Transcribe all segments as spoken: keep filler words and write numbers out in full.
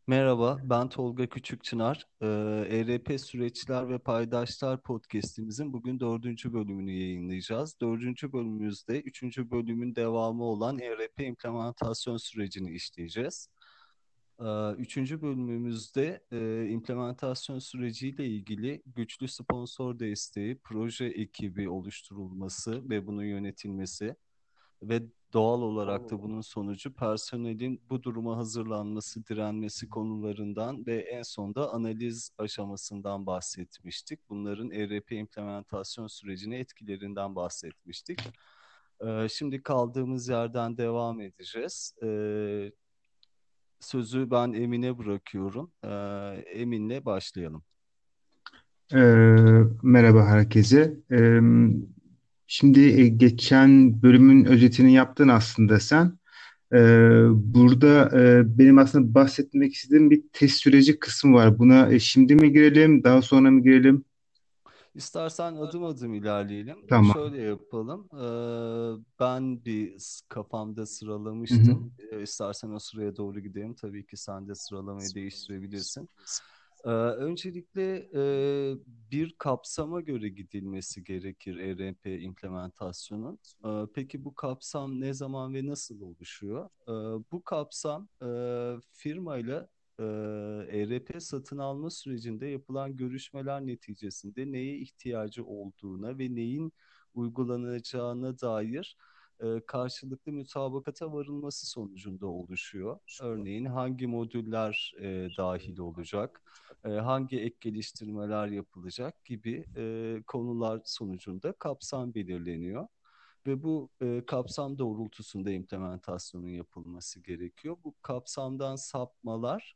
Merhaba, ben Tolga Küçükçınar. Ee, E R P Süreçler ve Paydaşlar podcast'imizin bugün dördüncü bölümünü yayınlayacağız. Dördüncü bölümümüzde üçüncü bölümün devamı olan E R P implementasyon sürecini işleyeceğiz. Ee, Üçüncü bölümümüzde e, implementasyon süreciyle ilgili güçlü sponsor desteği, proje ekibi oluşturulması ve bunun yönetilmesi ve doğal olarak da bunun sonucu personelin bu duruma hazırlanması, direnmesi konularından ve en sonda analiz aşamasından bahsetmiştik. Bunların E R P implementasyon sürecine etkilerinden bahsetmiştik. Ee, şimdi kaldığımız yerden devam edeceğiz. Ee, sözü ben Emin'e bırakıyorum. Ee, Emin'le başlayalım. Ee, Merhaba herkese. Ee, şimdi e, geçen bölümün özetini yaptın aslında sen. Ee, Burada e, benim aslında bahsetmek istediğim bir test süreci kısmı var. Buna e, şimdi mi girelim, daha sonra mı girelim? İstersen adım adım ilerleyelim. Tamam. Şöyle yapalım. Ee, ben bir s- kafamda Hı hı. sıralamıştım. Ee, istersen o sıraya doğru gidelim. Tabii ki sen de sıralamayı değiştirebilirsin. Ee, öncelikle e, bir kapsama göre gidilmesi gerekir E R P implementasyonun. Ee, peki bu kapsam ne zaman ve nasıl oluşuyor? Ee, bu kapsam e, firmayla e, E R P satın alma sürecinde yapılan görüşmeler neticesinde neye ihtiyacı olduğuna ve neyin uygulanacağına dair e, karşılıklı mutabakata varılması sonucunda oluşuyor. Örneğin hangi modüller e, dahil olacak, e, hangi ek geliştirmeler yapılacak gibi e, konular sonucunda kapsam belirleniyor. Ve bu e, kapsam doğrultusunda implementasyonun yapılması gerekiyor. Bu kapsamdan sapmalar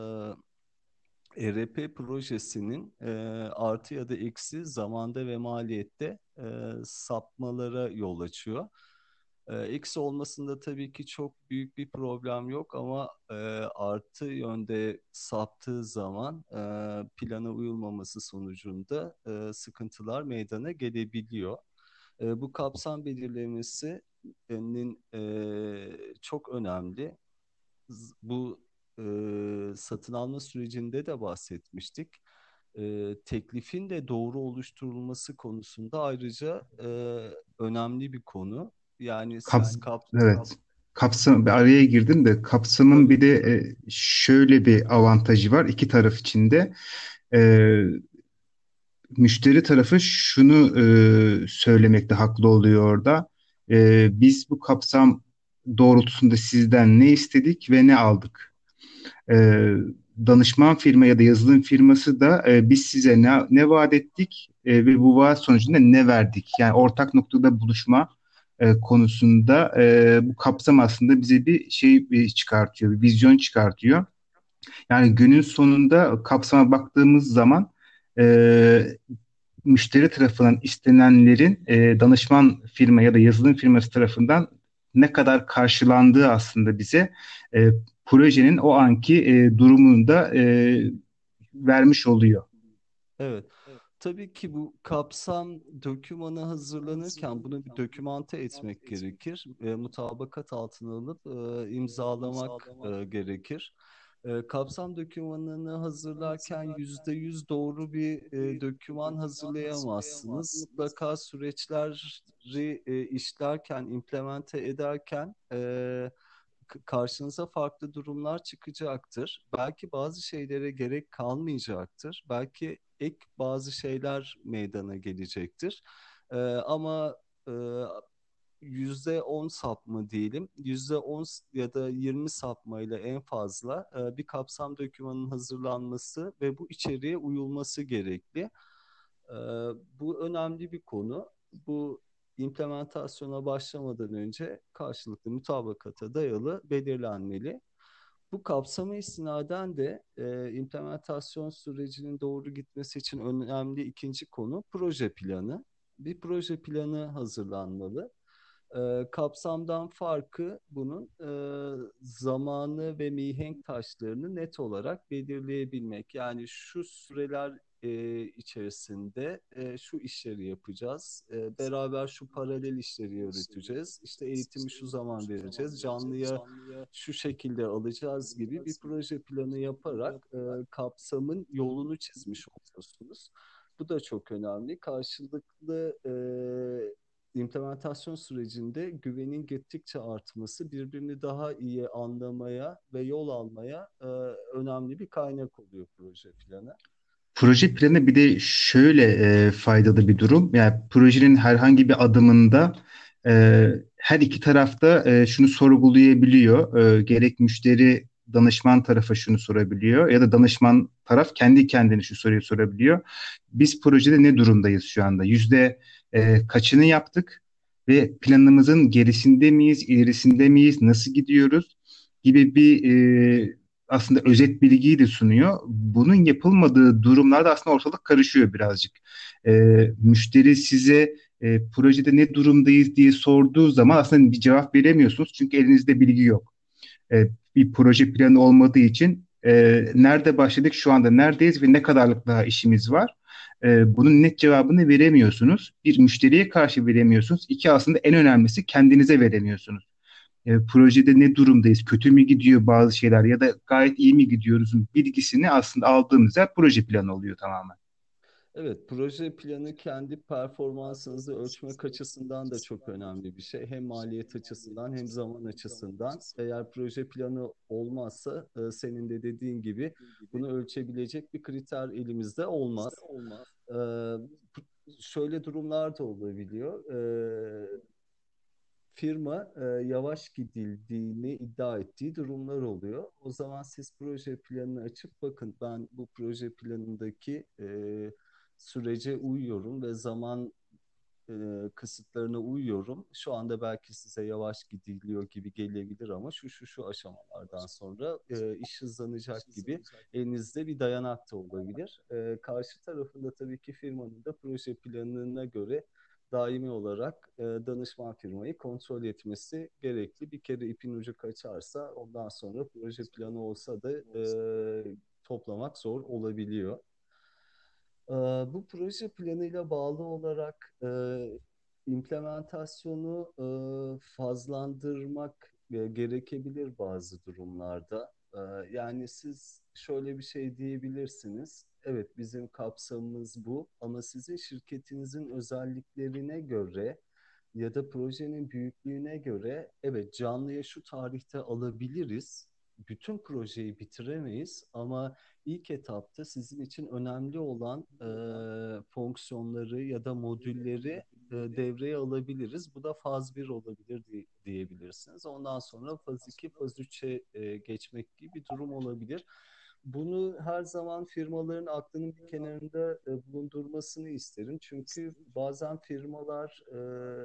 e, R P projesinin e, artı ya da eksi zamanda ve maliyette e, sapmalara yol açıyor. E, eksi olmasında tabii ki çok büyük bir problem yok ama e, artı yönde saptığı zaman e, plana uyulmaması sonucunda e, sıkıntılar meydana gelebiliyor. E, bu kapsam belirlemesinin e, çok önemli. Z- Bu e, satın alma sürecinde de bahsetmiştik. E, teklifin de doğru oluşturulması konusunda ayrıca e, önemli bir konu. Yani Kap, siz kap evet. Kapsam, bir araya girdim de kapsamın tabii. bir de e, şöyle bir avantajı var iki taraf için de. Ee, Müşteri tarafı şunu e, söylemekte haklı oluyor orada. E, biz bu kapsam doğrultusunda sizden ne istedik ve ne aldık? E, Danışman firma ya da yazılım firması da e, biz size ne, ne vaat ettik e, ve bu vaat sonucunda ne verdik? Yani ortak noktada buluşma e, konusunda e, bu kapsam aslında bize bir şey bir çıkartıyor, bir vizyon çıkartıyor. Yani günün sonunda kapsama baktığımız zaman e, müşteri tarafından istenenlerin e, danışman firma ya da yazılım firması tarafından ne kadar karşılandığı aslında bize e, projenin o anki e, durumunu da e, vermiş oluyor. Evet. Tabii ki bu kapsam dokümanı hazırlanırken bunu bir dokümante etmek gerekir. E, mutabakat altına alıp e, imzalamak e, gerekir. E, kapsam dokümanını hazırlarken yüzde yüz doğru bir e, doküman hazırlayamazsınız. Mutlaka süreçleri e, işlerken, implemente ederken e, k- karşınıza farklı durumlar çıkacaktır. Belki bazı şeylere gerek kalmayacaktır. Belki ek bazı şeyler meydana gelecektir. Ee, ama e, yüzde on sapma diyelim, yüzde on ya da yirmi sapmayla en fazla e, bir kapsam dokümanının hazırlanması ve bu içeriğe uyulması gerekli. Ee, bu önemli bir konu. Bu implementasyona başlamadan önce karşılıklı mutabakata dayalı belirlenmeli. Bu kapsama istinaden de e, implementasyon sürecinin doğru gitmesi için önemli ikinci konu proje planı. Bir proje planı hazırlanmalı. E, kapsamdan farkı bunun e, zamanı ve mihenk taşlarını net olarak belirleyebilmek. Yani şu süreler e, içerisinde e, şu işleri yapacağız. E, beraber şu paralel işleri yürüteceğiz. İşte eğitimi şu zaman vereceğiz. Canlıya şu şekilde alacağız gibi bir proje planı yaparak e, kapsamın yolunu çizmiş oluyorsunuz. Bu da çok önemli. Karşılıklı e, implementasyon sürecinde güvenin gittikçe artması birbirini daha iyi anlamaya ve yol almaya e, önemli bir kaynak oluyor proje planı. Proje planı bir de şöyle e, faydalı bir durum. Yani projenin herhangi bir adımında e, her iki tarafta e, şunu sorgulayabiliyor. E, gerek müşteri danışman tarafa şunu sorabiliyor ya da danışman taraf kendi kendine şu soruyu sorabiliyor. Biz projede ne durumdayız şu anda? Yüzde e, kaçını yaptık ve planımızın gerisinde miyiz, ilerisinde miyiz, nasıl gidiyoruz gibi bir e, aslında özet bilgiyi de sunuyor. Bunun yapılmadığı durumlarda aslında ortalık karışıyor birazcık. Ee, müşteri size e, projede ne durumdayız diye sorduğu zaman aslında bir cevap veremiyorsunuz çünkü elinizde bilgi yok. Ee, bir proje planı olmadığı için e, nerede başladık, şu anda neredeyiz ve ne kadarlık daha işimiz var? Ee, bunun net cevabını veremiyorsunuz. Bir, müşteriye karşı veremiyorsunuz. İki, aslında en önemlisi kendinize veremiyorsunuz. E, projede ne durumdayız, kötü mü gidiyor bazı şeyler ya da gayet iyi mi gidiyoruzun bilgisini aslında aldığımız yer proje planı oluyor tamamen. Evet, proje planı kendi performansınızı ölçmek açısından da çok önemli bir şey. Hem maliyet açısından hem zaman açısından. Eğer proje planı olmazsa e, senin de dediğin gibi bunu ölçebilecek bir kriter elimizde olmaz. E, Şöyle durumlar da olabiliyor. E, firma e, yavaş gidildiğini iddia ettiği durumlar oluyor. O zaman siz proje planını açıp bakın ben bu proje planındaki e, sürece uyuyorum ve zaman e, kısıtlarına uyuyorum. Şu anda belki size yavaş gidiliyor gibi gelebilir ama şu şu şu aşamalardan sonra e, iş hızlanacak gibi elinizde bir dayanak da olabilir. E, karşı tarafında tabii ki firmanın da proje planına göre daimi olarak e, danışman firmayı kontrol etmesi gerekli. Bir kere ipin ucu kaçarsa ondan sonra proje planı olsa da e, toplamak zor olabiliyor. Ee, Bu proje planıyla bağlı olarak e, implementasyonu e, fazlandırmak e, gerekebilir bazı durumlarda. Ee, yani siz şöyle bir şey diyebilirsiniz. Evet, bizim kapsamımız bu ama sizin şirketinizin özelliklerine göre ya da projenin büyüklüğüne göre evet canlıya şu tarihte alabiliriz. Bütün projeyi bitiremeyiz ama ilk etapta sizin için önemli olan e, fonksiyonları ya da modülleri e, devreye alabiliriz. Bu da faz bir olabilir di- diyebilirsiniz. Ondan sonra faz iki, faz üçe e, geçmek gibi bir durum olabilir. Bunu her zaman firmaların aklının bir kenarında e, bulundurmasını isterim. Çünkü bazen firmalar e,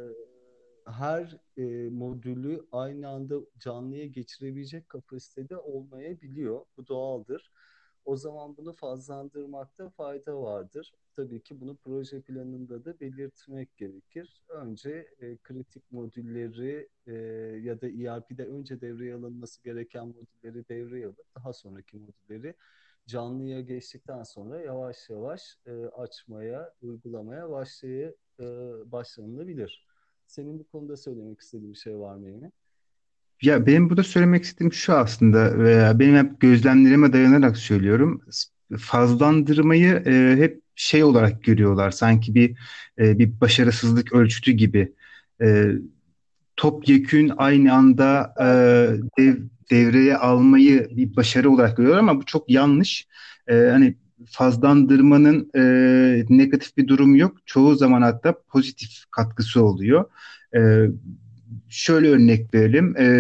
her e, modülü aynı anda canlıya geçirebilecek kapasitede olmayabiliyor. Bu doğaldır. O zaman bunu fazlandırmakta fayda vardır. Tabii ki bunu proje planında da belirtmek gerekir. Önce e, kritik modülleri e, ya da E R P'de önce devreye alınması gereken modülleri devreye alıp daha sonraki modülleri canlıya geçtikten sonra yavaş yavaş e, açmaya, uygulamaya başlaya, e, başlanılabilir. Senin bu konuda söylemek istediğin bir şey var mı Emin? Ya benim burada söylemek istediğim şu aslında veya benim hep gözlemlerime dayanarak söylüyorum. Fazlandırmayı e, hep şey olarak görüyorlar. Sanki bir e, bir başarısızlık ölçütü gibi. E, Topyekün aynı anda e, dev, devreye almayı bir başarı olarak görüyorlar ama bu çok yanlış. E, hani fazlandırmanın e, negatif bir durumu yok. Çoğu zaman hatta pozitif katkısı oluyor. E, Şöyle örnek verelim. E,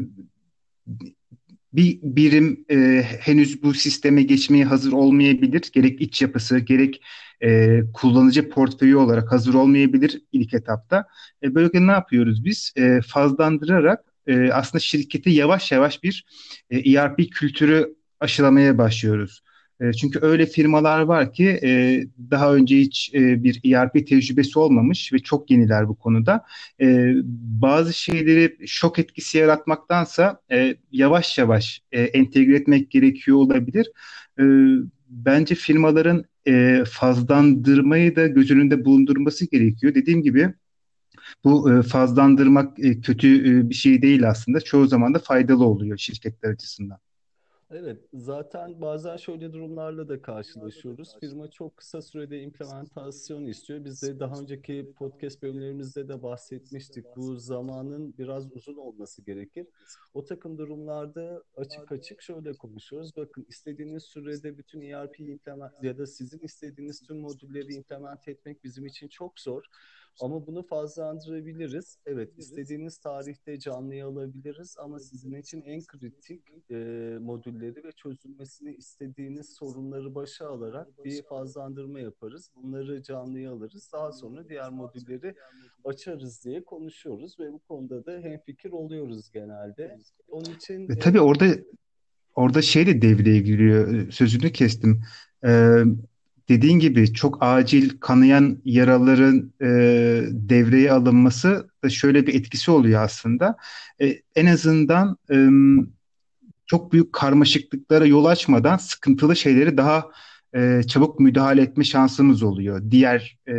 bir birim e, henüz bu sisteme geçmeye hazır olmayabilir. Gerek iç yapısı, gerek e, kullanıcı portföyü olarak hazır olmayabilir ilk etapta. E, böylelikle ne yapıyoruz biz? E, fazlandırarak e, aslında şirketi yavaş yavaş bir e, E R P kültürü aşılamaya başlıyoruz. E, çünkü öyle firmalar var ki e, daha önce hiç e, bir E R P tecrübesi olmamış ve çok yeniler bu konuda. E, bazı şeyleri şok etkisi yaratmaktansa e, yavaş yavaş e, entegre etmek gerekiyor olabilir. E, Bence firmaların e, fazlandırmayı da göz önünde bulundurması gerekiyor. Dediğim gibi bu e, fazlandırmak e, kötü e, bir şey değil aslında. Çoğu zaman da faydalı oluyor şirketler açısından. Evet, zaten bazen şöyle durumlarla da karşılaşıyoruz. Firma çok kısa sürede implementasyon istiyor. Biz de daha önceki podcast bölümlerimizde de bahsetmiştik. Bu zamanın biraz uzun olması gerekir. O takım durumlarda açık açık şöyle konuşuyoruz. Bakın, istediğiniz sürede bütün E R P'yi implement ya da sizin istediğiniz tüm modülleri implement etmek bizim için çok zor. Ama bunu fazlandırabiliriz. Evet, istediğiniz tarihte canlıya alabiliriz ama sizin için en kritik e, modülleri ve çözülmesini istediğiniz sorunları başa alarak bir fazlandırma yaparız. Bunları canlıya alırız. Daha sonra diğer modülleri açarız diye konuşuyoruz ve bu konuda da hemfikir oluyoruz genelde. Onun için Ve e, tabii orada orada şey de devreye giriyor. e, Sözünü kestim. Ee, Dediğin gibi çok acil kanayan yaraların e, devreye alınması da şöyle bir etkisi oluyor aslında. E, en azından e, çok büyük karmaşıklıklara yol açmadan sıkıntılı şeyleri daha e, çabuk müdahale etme şansımız oluyor. Diğer e,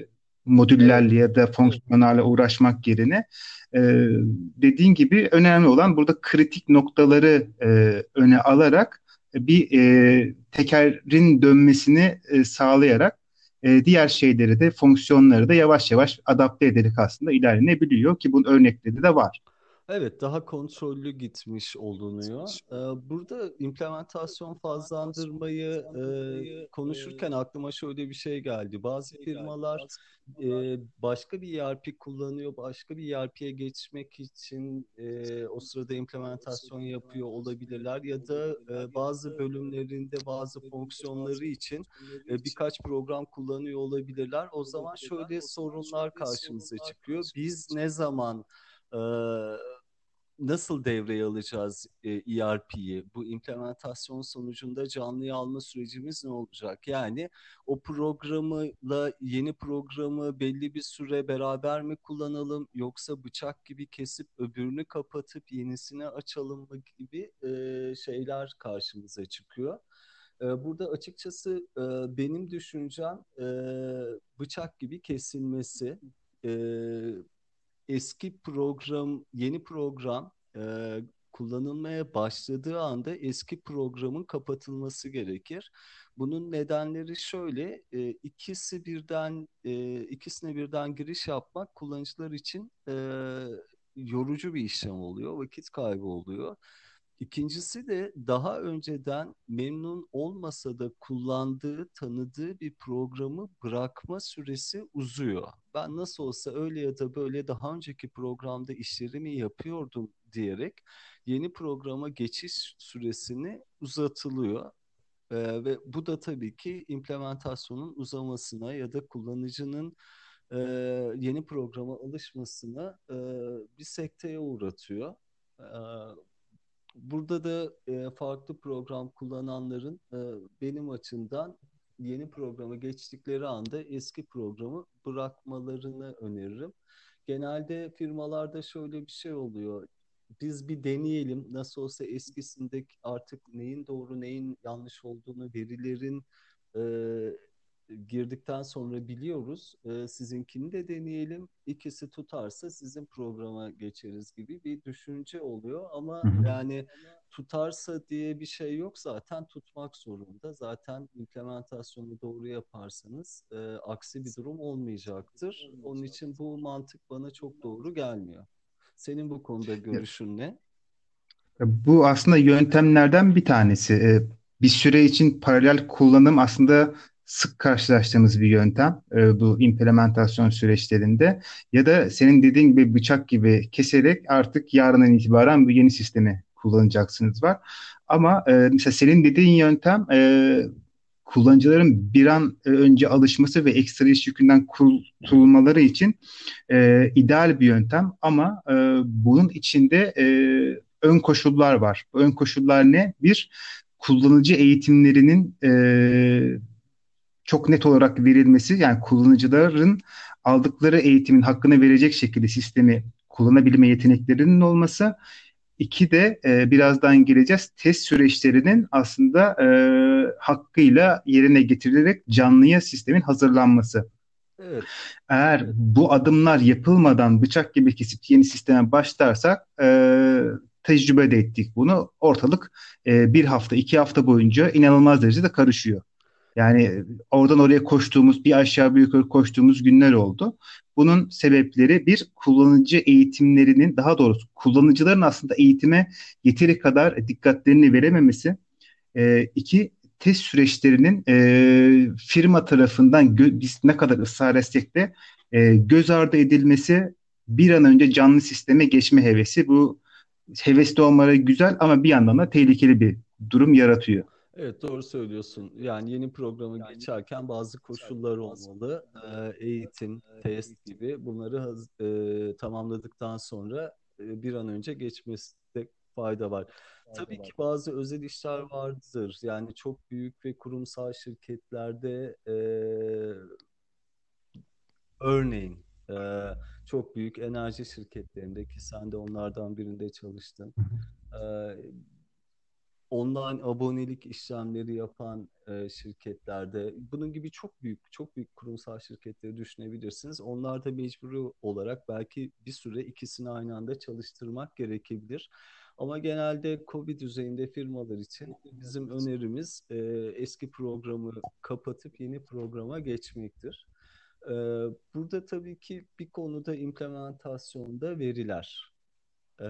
evet. modüllerle ya da fonksiyonlarla uğraşmak yerine e, dediğin gibi önemli olan burada kritik noktaları e, öne alarak bir e, tekerin dönmesini e, sağlayarak e, diğer şeyleri de fonksiyonları da yavaş yavaş adapte ederek aslında ilerlenebiliyor ki bunun örnekleri de var. Evet, daha kontrollü gitmiş olunuyor. Ee, Burada implementasyon fazlandırmayı e, konuşurken aklıma şöyle bir şey geldi. Bazı firmalar e, başka bir E R P kullanıyor, başka bir E R P'ye geçmek için e, o sırada implementasyon yapıyor olabilirler ya da e, bazı bölümlerinde bazı fonksiyonları için e, birkaç program kullanıyor olabilirler. O zaman şöyle sorunlar karşımıza çıkıyor. Biz ne zaman e, nasıl devreye alacağız e, E R P'yi? Bu implementasyon sonucunda canlıya alma sürecimiz ne olacak? Yani o programla yeni programı belli bir süre beraber mi kullanalım, yoksa bıçak gibi kesip öbürünü kapatıp yenisini açalım mı gibi e, şeyler karşımıza çıkıyor. E, Burada açıkçası e, benim düşüncem e, bıçak gibi kesilmesi. E, Eski program, yeni program e, kullanılmaya başladığı anda eski programın kapatılması gerekir. Bunun nedenleri şöyle: e, ikisi birden, e, ikisine birden giriş yapmak kullanıcılar için e, yorucu bir işlem oluyor, vakit kaybı oluyor. İkincisi de daha önceden memnun olmasa da kullandığı, tanıdığı bir programı bırakma süresi uzuyor. Ben nasıl olsa öyle ya da böyle daha önceki programda işlerimi yapıyordum diyerek yeni programa geçiş süresini uzatılıyor. Ee, ve bu da tabii ki implementasyonun uzamasına ya da kullanıcının e, yeni programa alışmasına e, bir sekteye uğratıyor. Ee, Burada da e, farklı program kullananların e, benim açımdan yeni programa geçtikleri anda eski programı bırakmalarını öneririm. Genelde firmalarda şöyle bir şey oluyor: biz bir deneyelim, nasıl olsa eskisinde artık neyin doğru neyin yanlış olduğunu verilerin e, girdikten sonra biliyoruz. E, sizinkini de deneyelim. İkisi tutarsa sizin programa geçeriz gibi bir düşünce oluyor. Hı Ama hı. yani tutarsa diye bir şey yok, zaten tutmak zorunda. Zaten implementasyonu doğru yaparsanız e, aksi bir durum olmayacaktır. Onun için bu mantık bana çok doğru gelmiyor. Senin bu konuda görüşün ne? Bu aslında yöntemlerden bir tanesi. Ee, Bir süre için paralel kullanım aslında sık karşılaştığımız bir yöntem e, bu implementasyon süreçlerinde. Ya da senin dediğin gibi bıçak gibi keserek artık yarından itibaren bu yeni sistemi kullanacaksınız var. Ama e, mesela senin dediğin yöntem e, kullanıcıların bir an e, önce alışması ve ekstra iş yükünden kurtulmaları için e, ideal bir yöntem ama e, bunun içinde e, ön koşullar var. Bu ön koşullar ne? Bir, kullanıcı eğitimlerinin e, çok net olarak verilmesi, yani kullanıcıların aldıkları eğitimin hakkını verecek şekilde sistemi kullanabilme yeteneklerinin olması. İki de e, birazdan gireceğiz. Test süreçlerinin aslında e, hakkıyla yerine getirilerek canlıya sistemin hazırlanması. Evet. Eğer bu adımlar yapılmadan bıçak gibi kesip yeni sisteme başlarsak, e, tecrübe de ettik bunu. Ortalık e, bir hafta, iki hafta boyunca inanılmaz derecede karışıyor. Yani oradan oraya koştuğumuz, bir aşağı bir yukarı koştuğumuz günler oldu. Bunun sebepleri, bir, kullanıcı eğitimlerinin, daha doğrusu kullanıcıların aslında eğitime yeteri kadar dikkatlerini verememesi. E, iki, test süreçlerinin e, firma tarafından gö- biz ne kadar ısrar etsek de e, göz ardı edilmesi, bir an önce canlı sisteme geçme hevesi. Bu hevesli olmaları güzel ama bir yandan da tehlikeli bir durum yaratıyor. Evet, doğru söylüyorsun. Yani yeni programı geçerken bazı koşullar olmalı. Ee, eğitim, test gibi bunları haz- e, tamamladıktan sonra e, bir an önce geçmesinde fayda var. Tabii ki bazı özel işler vardır. Yani çok büyük ve kurumsal şirketlerde e, örneğin e, çok büyük enerji şirketlerinde, ki sen de onlardan birinde çalıştın. E, Online abonelik işlemleri yapan e, şirketlerde, bunun gibi çok büyük çok büyük kurumsal şirketleri düşünebilirsiniz. Onlar da mecburi olarak belki bir süre ikisini aynı anda çalıştırmak gerekebilir. Ama genelde KOBİ düzeyinde firmalar için bizim önerimiz e, eski programı kapatıp yeni programa geçmektir. E, Burada tabii ki bir konuda implementasyonda veriler. E,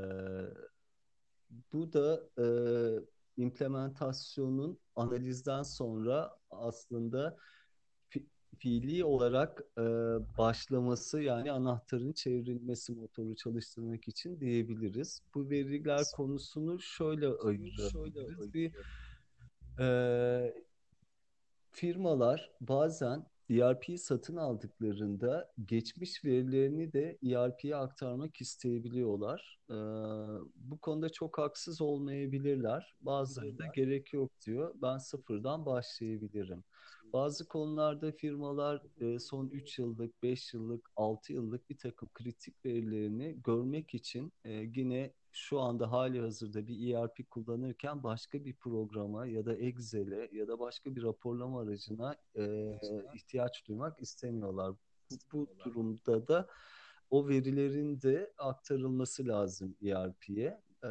Bu da e, implementasyonun analizden sonra aslında fi- fiili olarak e, başlaması, yani anahtarın çevrilmesi motoru çalıştırmak için diyebiliriz. Bu veriler konusunu şöyle ayırabiliriz. Bir e, firmalar bazen E R P satın aldıklarında geçmiş verilerini de E R P'ye aktarmak isteyebiliyorlar. Ee, bu konuda çok haksız olmayabilirler. Bazıları da gerek yok diyor. Ben sıfırdan başlayabilirim. Bazı konularda firmalar e, son üç yıllık, beş yıllık, altı yıllık bir takım kritik verilerini görmek için e, yine şu anda hali hazırda bir E R P kullanırken başka bir programa ya da Excel'e ya da başka bir raporlama aracına e, ihtiyaç duymak istemiyorlar. Bu, bu durumda da o verilerin de aktarılması lazım E R P'ye. E,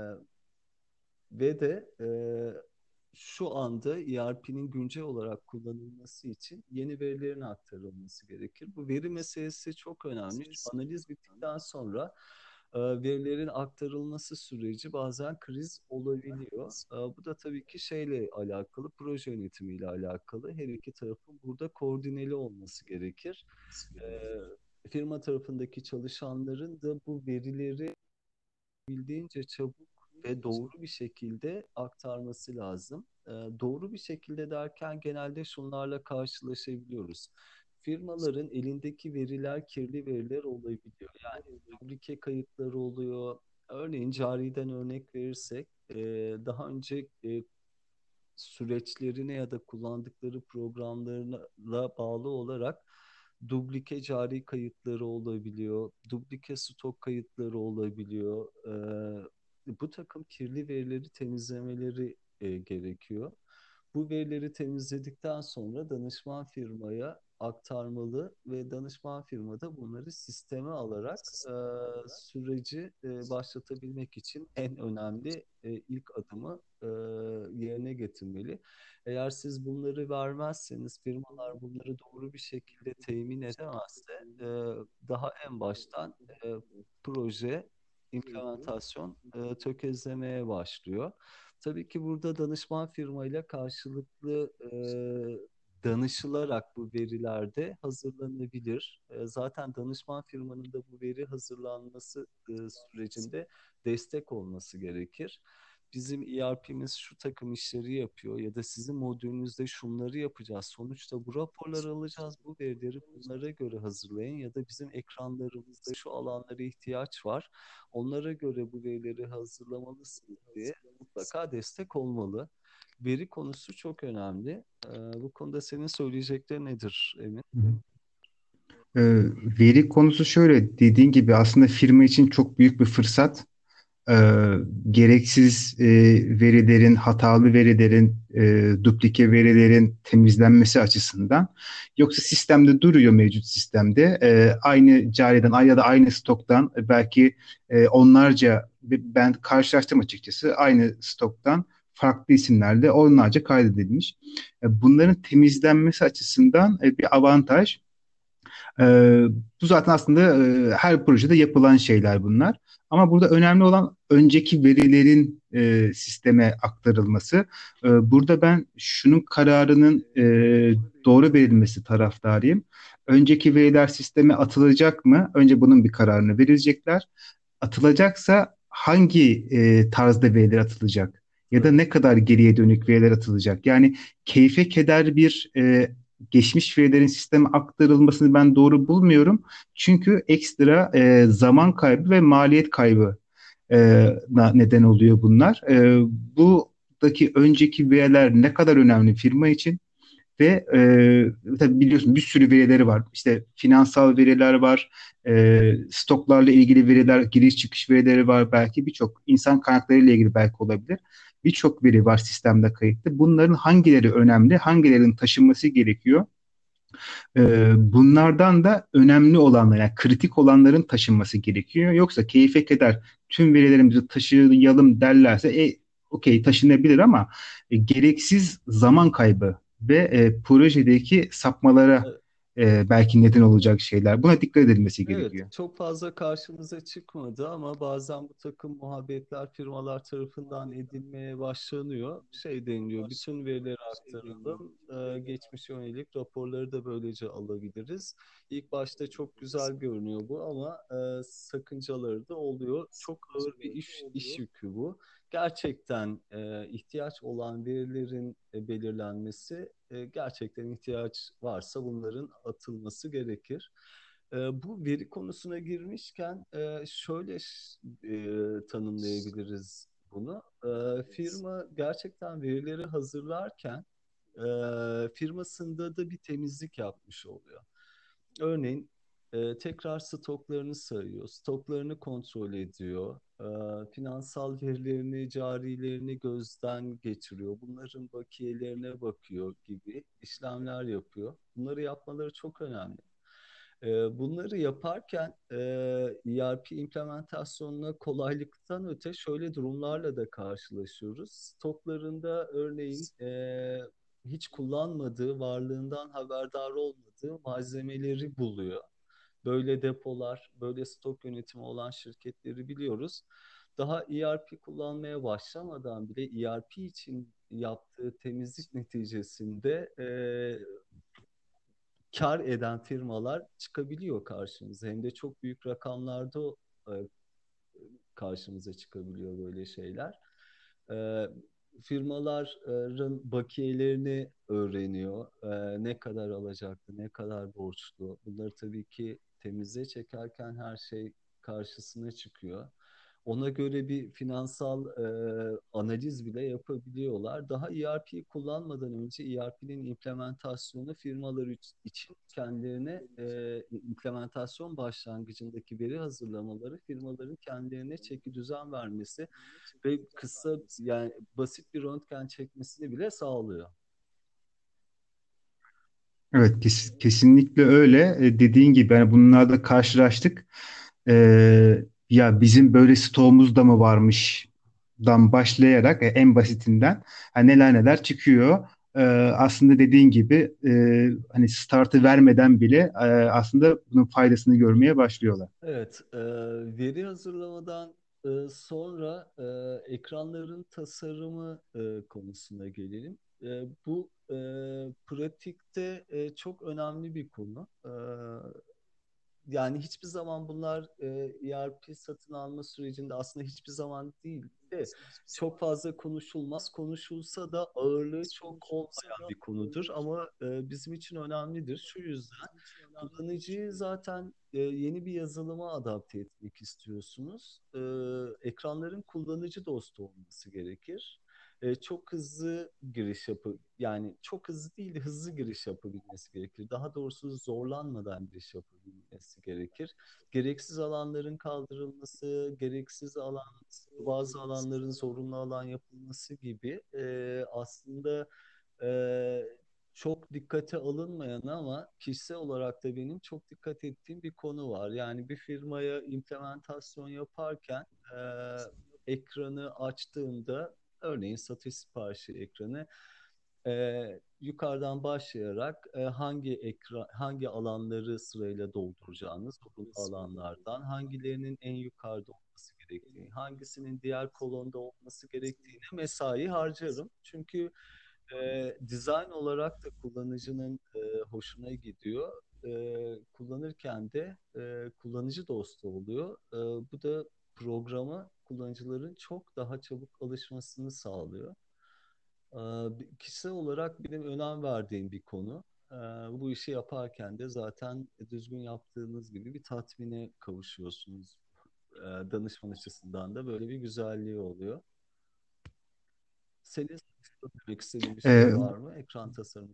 ve de e, şu anda E R P'nin güncel olarak kullanılması için yeni verilerin aktarılması gerekir. Bu veri meselesi çok önemli. Analiz bittikten sonra e, verilerin aktarılması süreci bazen kriz olabiliyor. E, bu da tabii ki şeyle alakalı, proje yönetimiyle alakalı. Her iki tarafın burada koordineli olması gerekir. E, firma tarafındaki çalışanların da bu verileri bildiğince çabuk ve doğru bir şekilde aktarması lazım. Ee, doğru bir şekilde derken genelde şunlarla karşılaşabiliyoruz. Firmaların elindeki veriler kirli veriler olabiliyor. Yani dublike kayıtları oluyor. Örneğin cariden örnek verirsek, e, daha önce e, süreçlerine ya da kullandıkları programlarına bağlı olarak dublike cari kayıtları olabiliyor, dublike stok kayıtları olabiliyor. Ee, bu takım kirli verileri temizlemeleri e, gerekiyor. Bu verileri temizledikten sonra danışman firmaya aktarmalı ve danışman firma da bunları sisteme alarak e, süreci e, başlatabilmek için en önemli e, ilk adımı e, yerine getirmeli. Eğer siz bunları vermezseniz, firmalar bunları doğru bir şekilde temin edemezse e, daha en baştan e, proje, implementasyon e, tökezlemeye başlıyor. Tabii ki burada danışman firmayla karşılıklı e, danışılarak bu verilerde hazırlanabilir. E, zaten danışman firmanın da bu veri hazırlanması e, sürecinde destek olması gerekir. bizim E R P'miz şu takım işleri yapıyor ya da sizin modülünüzde şunları yapacağız. Sonuçta bu raporları alacağız, bu verileri bunlara göre hazırlayın ya da bizim ekranlarımızda şu alanlara ihtiyaç var. Onlara göre bu verileri hazırlamalısınız diye mutlaka destek olmalı. Veri konusu çok önemli. Ee, bu konuda senin söyleyeceklerin nedir Emin? Ee, Veri konusu şöyle, dediğin gibi aslında firma için çok büyük bir fırsat. Ee, Gereksiz e, verilerin, hatalı verilerin, e, duplike verilerin temizlenmesi açısından. Yoksa sistemde duruyor, mevcut sistemde. E, aynı cariden ay- ya da aynı stoktan e, belki e, onlarca, ben karşılaştım açıkçası, aynı stoktan farklı isimlerle onlarca kaydedilmiş. E, bunların temizlenmesi açısından e, bir avantaj. Ee, Bu zaten aslında e, her projede yapılan şeyler bunlar. Ama burada önemli olan önceki verilerin e, sisteme aktarılması. Ee, burada ben şunun kararının e, doğru verilmesi taraftarıyım. Önceki veriler sisteme atılacak mı? Önce bunun bir kararını verecekler. Atılacaksa hangi e, tarzda veriler atılacak? Ya da Evet. ne kadar geriye dönük veriler atılacak? Yani keyfe keder bir e, geçmiş verilerin sisteme aktarılmasını ben doğru bulmuyorum. Çünkü ekstra e, zaman kaybı ve maliyet kaybı e, na neden oluyor bunlar. E, buradaki önceki veriler ne kadar önemli firma için? Ve e, tabii biliyorsun bir sürü verileri var. İşte finansal veriler var, e, stoklarla ilgili veriler, giriş çıkış verileri var. Belki birçok insan kaynakları ile ilgili belki olabilir. Birçok veri var sistemde kayıtlı. Bunların hangileri önemli, hangilerinin taşınması gerekiyor? E, bunlardan da önemli olanlar, yani kritik olanların taşınması gerekiyor. Yoksa keyfe keder tüm verilerimizi taşıyalım derlerse, e, okey taşınabilir ama e, gereksiz zaman kaybı ve e, projedeki sapmalara e, belki neden olacak şeyler. Buna dikkat edilmesi Evet, gerekiyor. çok fazla karşımıza çıkmadı ama bazen bu takım muhabbetler firmalar tarafından edilmeye başlanıyor. Şey deniliyor, bütün verileri aktaralım, e, geçmişe yönelik raporları da böylece alabiliriz. İlk başta çok güzel görünüyor bu ama e, sakıncaları da oluyor. Çok ağır bir iş, iş yükü bu. Gerçekten e, ihtiyaç olan verilerin e, belirlenmesi, e, gerçekten ihtiyaç varsa bunların atılması gerekir. E, bu veri konusuna girmişken e, şöyle e, tanımlayabiliriz bunu. E, firma gerçekten verileri hazırlarken e, firmasında da bir temizlik yapmış oluyor. Örneğin e, tekrar stoklarını sayıyor, stoklarını kontrol ediyor, e, finansal verilerini, carilerini gözden geçiriyor, bunların bakiyelerine bakıyor gibi işlemler yapıyor. Bunları yapmaları çok önemli. E, bunları yaparken e, E R P implementasyonuna kolaylıktan öte şöyle durumlarla da karşılaşıyoruz. Stoklarında örneğin e, hiç kullanmadığı, varlığından haberdar olmadığı malzemeleri buluyor. Böyle depolar, böyle stok yönetimi olan şirketleri biliyoruz. Daha E R P kullanmaya başlamadan bile E R P için yaptığı temizlik neticesinde e, kar eden firmalar çıkabiliyor karşımıza. Hem de çok büyük rakamlarda e, karşımıza çıkabiliyor böyle şeyler. E, Firmaların bakiyelerini öğreniyor. E, ne kadar alacaktı, ne kadar borçlu. Bunları tabii ki temize çekerken her şey karşısına çıkıyor. Ona göre bir finansal e, analiz bile yapabiliyorlar. Daha E R P'yi kullanmadan önce E R P'nin implementasyonu firmalar için kendilerine e, implementasyon başlangıcındaki veri hazırlamaları firmaların kendilerine çeki düzen vermesi ve kısa yani basit bir röntgen çekmesini bile sağlıyor. Evet, kes- kesinlikle öyle. E, dediğin gibi yani bunlarla karşılaştık. E, Ya bizim böyle stoğumuz da mı varmışdan başlayarak, e, en basitinden hani neler neler çıkıyor. E, aslında dediğin gibi e, hani startı vermeden bile e, aslında bunun faydasını görmeye başlıyorlar. Evet, e, veri hazırlamadan e, sonra e, ekranların tasarımı e, konusuna gelelim. E, bu e, pratikte e, çok önemli bir konu. E, yani hiçbir zaman bunlar e, E R P satın alma sürecinde aslında hiçbir zaman değil de çok fazla konuşulmaz. Konuşulsa da ağırlığı çok olmayan bir konudur ama e, bizim için önemlidir. Şu yüzden kullanıcıyı zaten e, yeni bir yazılıma adapte etmek istiyorsunuz. E, ekranların kullanıcı dostu olması gerekir. E, çok hızlı giriş yapı yani çok hızlı değil de hızlı giriş yapabilmesi gerekir. Daha doğrusu zorlanmadan giriş yapabilmesi gerekir. Gereksiz alanların kaldırılması, gereksiz alan bazı alanların zorunlu alan yapılması gibi e, aslında e, çok dikkate alınmayan ama kişisel olarak da benim çok dikkat ettiğim bir konu var. Yani bir firmaya implementasyon yaparken e, ekranı açtığımda örneğin satış siparişi ekranı e, yukarıdan başlayarak e, hangi ekran hangi alanları sırayla dolduracağınız zorunlu alanlardan hangilerinin en yukarıda olması gerektiğini, hangisinin diğer kolonda olması gerektiğini mesai harcarım. Çünkü e, dizayn olarak da kullanıcının e, hoşuna gidiyor. E, kullanırken de e, kullanıcı dostu oluyor. E, bu da programa kullanıcıların çok daha çabuk alışmasını sağlıyor. E, kişisel olarak benim önem verdiğim bir konu. E, bu işi yaparken de zaten düzgün yaptığınız gibi bir tatmine kavuşuyorsunuz. E, danışman açısından da böyle bir güzelliği oluyor. Senin demek istediğin bir şey E, var mı ekran tasarımı?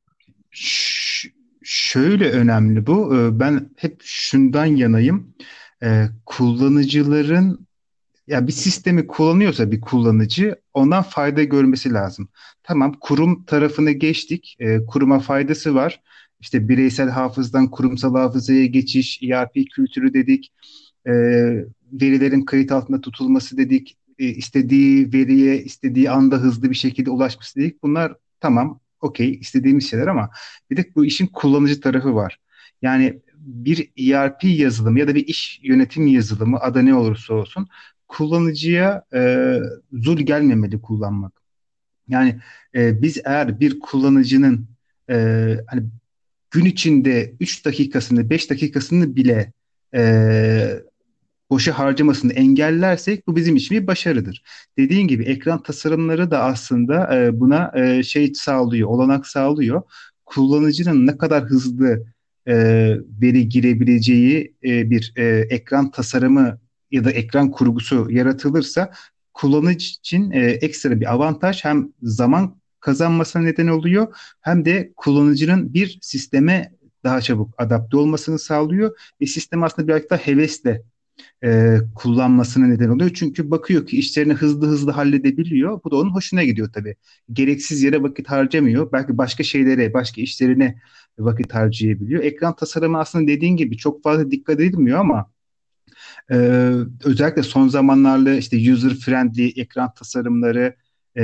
ş- Şöyle önemli bu. E, ben hep şundan yanayım. E, kullanıcıların, ya bir sistemi kullanıyorsa bir kullanıcı ondan fayda görmesi lazım. Tamam, kurum tarafını geçtik. E, kuruma faydası var. İşte bireysel hafızdan kurumsal hafızaya geçiş, E R P kültürü dedik. E, Verilerin kayıt altında tutulması dedik. E, istediği veriye istediği anda hızlı bir şekilde ulaşması dedik. Bunlar tamam, okey, istediğimiz şeyler ama bir de bu işin kullanıcı tarafı var. Yani bir E R P yazılımı ya da bir iş yönetim yazılımı, adı ne olursa olsun, kullanıcıya e, zul gelmemeli kullanmak. Yani e, biz eğer bir kullanıcının e, hani gün içinde üç dakikasını, beş dakikasını bile e, boşa harcamasını engellersek bu bizim için bir başarıdır. Dediğin gibi ekran tasarımları da aslında e, buna e, şey sağlıyor, olanak sağlıyor. Kullanıcının ne kadar hızlı e, veri girebileceği e, bir e, ekran tasarımı ya da ekran kurgusu yaratılırsa kullanıcı için e, ekstra bir avantaj, hem zaman kazanmasına neden oluyor hem de kullanıcının bir sisteme daha çabuk adapte olmasını sağlıyor ve sistem aslında birazcık da hevesle e, kullanmasına neden oluyor. Çünkü bakıyor ki işlerini hızlı hızlı halledebiliyor. Bu da onun hoşuna gidiyor tabii. Gereksiz yere vakit harcamıyor. Belki başka şeylere, başka işlerine vakit harcayabiliyor. Ekran tasarımı aslında dediğin gibi çok fazla dikkat edilmiyor ama e, özellikle son zamanlarda işte user friendly ekran tasarımları, e,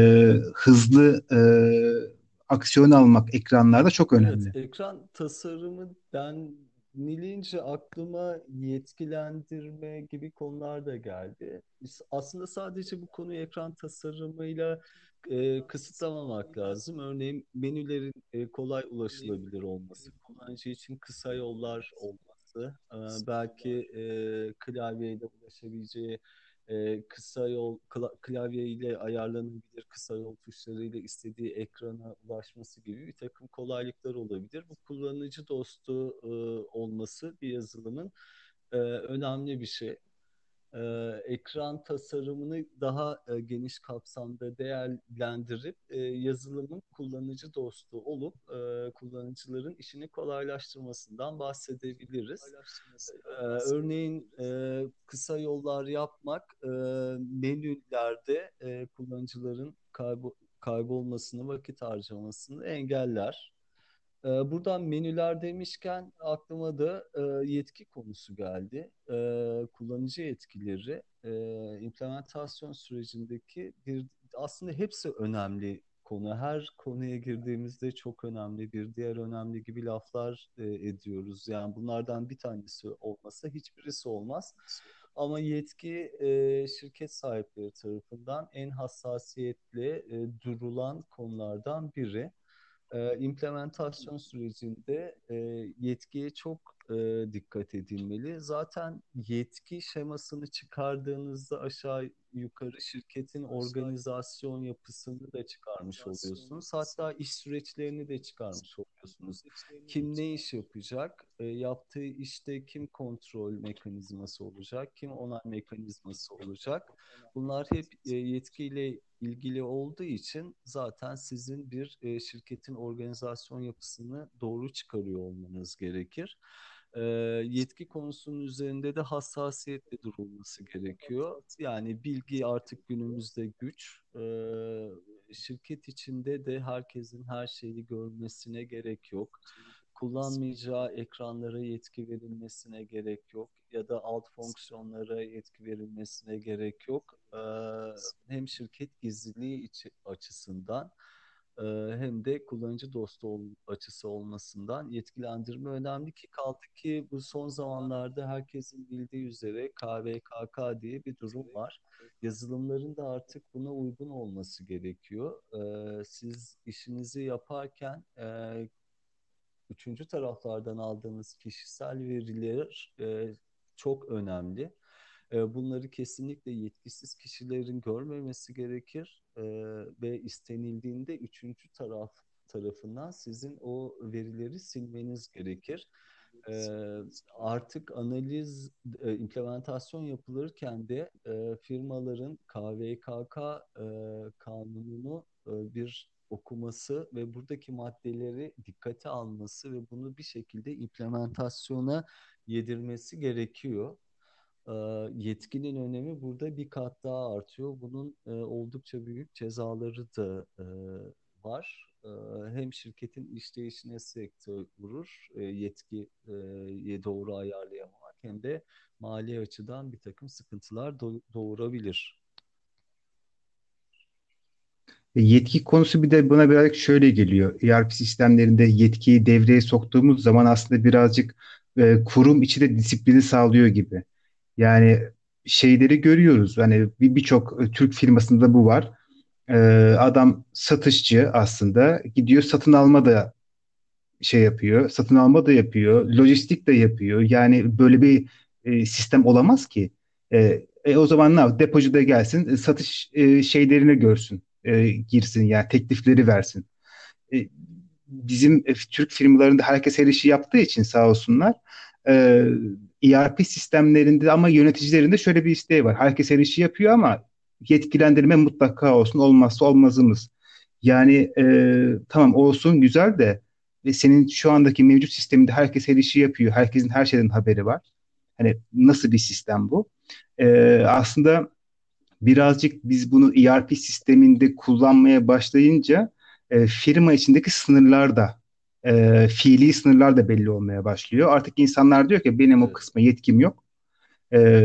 hızlı e, aksiyon almak ekranlarda çok Evet, önemli. ekran tasarımı denilince aklıma yetkilendirme gibi konular da geldi. Biz aslında sadece bu konuyu ekran tasarımıyla e, kısıtlamamak lazım. Örneğin menülerin e, kolay ulaşılabilir olması, kullanıcı için kısa yollar olması, e, belki e, klavyeyle ulaşabileceği e, kısa yol kla- klavye ile ayarlanabilir kısa yol tuşlarıyla istediği ekrana ulaşması gibi bir takım kolaylıklar olabilir. Bu kullanıcı dostu e, olması bir yazılımın e, önemli bir şey. E, ekran tasarımını daha e, geniş kapsamda değerlendirip e, yazılımın kullanıcı dostu olup e, kullanıcıların işini kolaylaştırmasından bahsedebiliriz. Ee, örneğin e, kısa yollar yapmak e, menülerde e, kullanıcıların kaybo kaybolmasını, vakit harcamasını engeller. E, buradan menüler demişken aklıma da e, yetki konusu geldi. E, kullanıcı yetkileri e, implementasyon sürecindeki bir aslında hepsi önemli konu. Her konuya girdiğimizde çok önemli, bir diğer önemli gibi laflar e, ediyoruz. Yani bunlardan bir tanesi olmasa hiçbirisi olmaz. Ama yetki e, şirket sahipleri tarafından en hassasiyetle e, durulan konulardan biri. e, implementasyon sürecinde e, yetkiye çok e, dikkat edilmeli. Zaten yetki şemasını çıkardığınızda aşağı yukarı şirketin organizasyon yapısını da çıkarmış oluyorsunuz. Hatta iş süreçlerini de çıkarmış oluyorsunuz. Kim ne iş yapacak? E, yaptığı işte kim kontrol mekanizması olacak? Kim onay mekanizması olacak? Bunlar hep e, yetkiyle ilgili olduğu için zaten sizin bir e, şirketin organizasyon yapısını doğru çıkarıyor olmanız gerekir. E, Yetki konusunun üzerinde de hassasiyetle durulması gerekiyor. Yani bilgi artık günümüzde güç. E, şirket içinde de herkesin her şeyi görmesine gerek yok. Kullanmayacağı ekranlara yetki verilmesine gerek yok ya da alt fonksiyonlara yetki verilmesine gerek yok. Ee, hem şirket gizliliği içi- açısından e, hem de kullanıcı dostu ol, açısı olmasından yetkilendirme önemli ki kaldı ki bu son zamanlarda herkesin bildiği üzere K V K K diye bir durum var. Yazılımların da artık buna uygun olması gerekiyor. Ee, siz işinizi yaparken e, üçüncü taraflardan aldığınız kişisel veriler e, çok önemli. E, bunları kesinlikle yetkisiz kişilerin görmemesi gerekir e, ve istenildiğinde üçüncü taraf tarafından sizin o verileri silmeniz gerekir. E, Artık analiz, e, implementasyon yapılırken de e, firmaların K V K K e, kanununu e, bir okuması ve buradaki maddeleri dikkate alması ve bunu bir şekilde implementasyona yedirmesi gerekiyor. E, Yetkinin önemi burada bir kat daha artıyor. Bunun e, oldukça büyük cezaları da e, var. E, hem şirketin işleyişine sekteye vurur, e, yetkiye doğru ayarlayamamak hem de mali açıdan bir takım sıkıntılar do- doğurabilir. E, Yetki konusu bir de buna birazcık şöyle geliyor. E R P sistemlerinde yetkiyi devreye soktuğumuz zaman aslında birazcık e, kurum içi de disiplini sağlıyor gibi. Yani şeyleri görüyoruz. Hani bir birçok e, Türk firmasında bu var. E, Adam satışçı aslında gidiyor satın alma da şey yapıyor, satın alma da yapıyor, lojistik de yapıyor. Yani böyle bir e, sistem olamaz ki. E, e, o zaman ne yap? Depocu da gelsin, e, satış e, şeylerini görsün, e, girsin yani teklifleri versin. E, Bizim e, Türk firmalarında herkes her işi yaptığı için sağ olsunlar. E, E R P sistemlerinde ama yöneticilerinde şöyle bir isteği var. Herkes her işi yapıyor ama yetkilendirme mutlaka olsun, olmazsa olmazımız. Yani e, tamam olsun güzel de ve senin şu andaki mevcut sisteminde herkes her işi yapıyor. Herkesin her şeyden haberi var. Hani nasıl bir sistem bu? E, aslında birazcık biz bunu E R P sisteminde kullanmaya başlayınca e, firma içindeki sınırlar da e, fiili sınırlar da belli olmaya başlıyor. Artık insanlar diyor ki benim o Evet. kısma yetkim yok. E,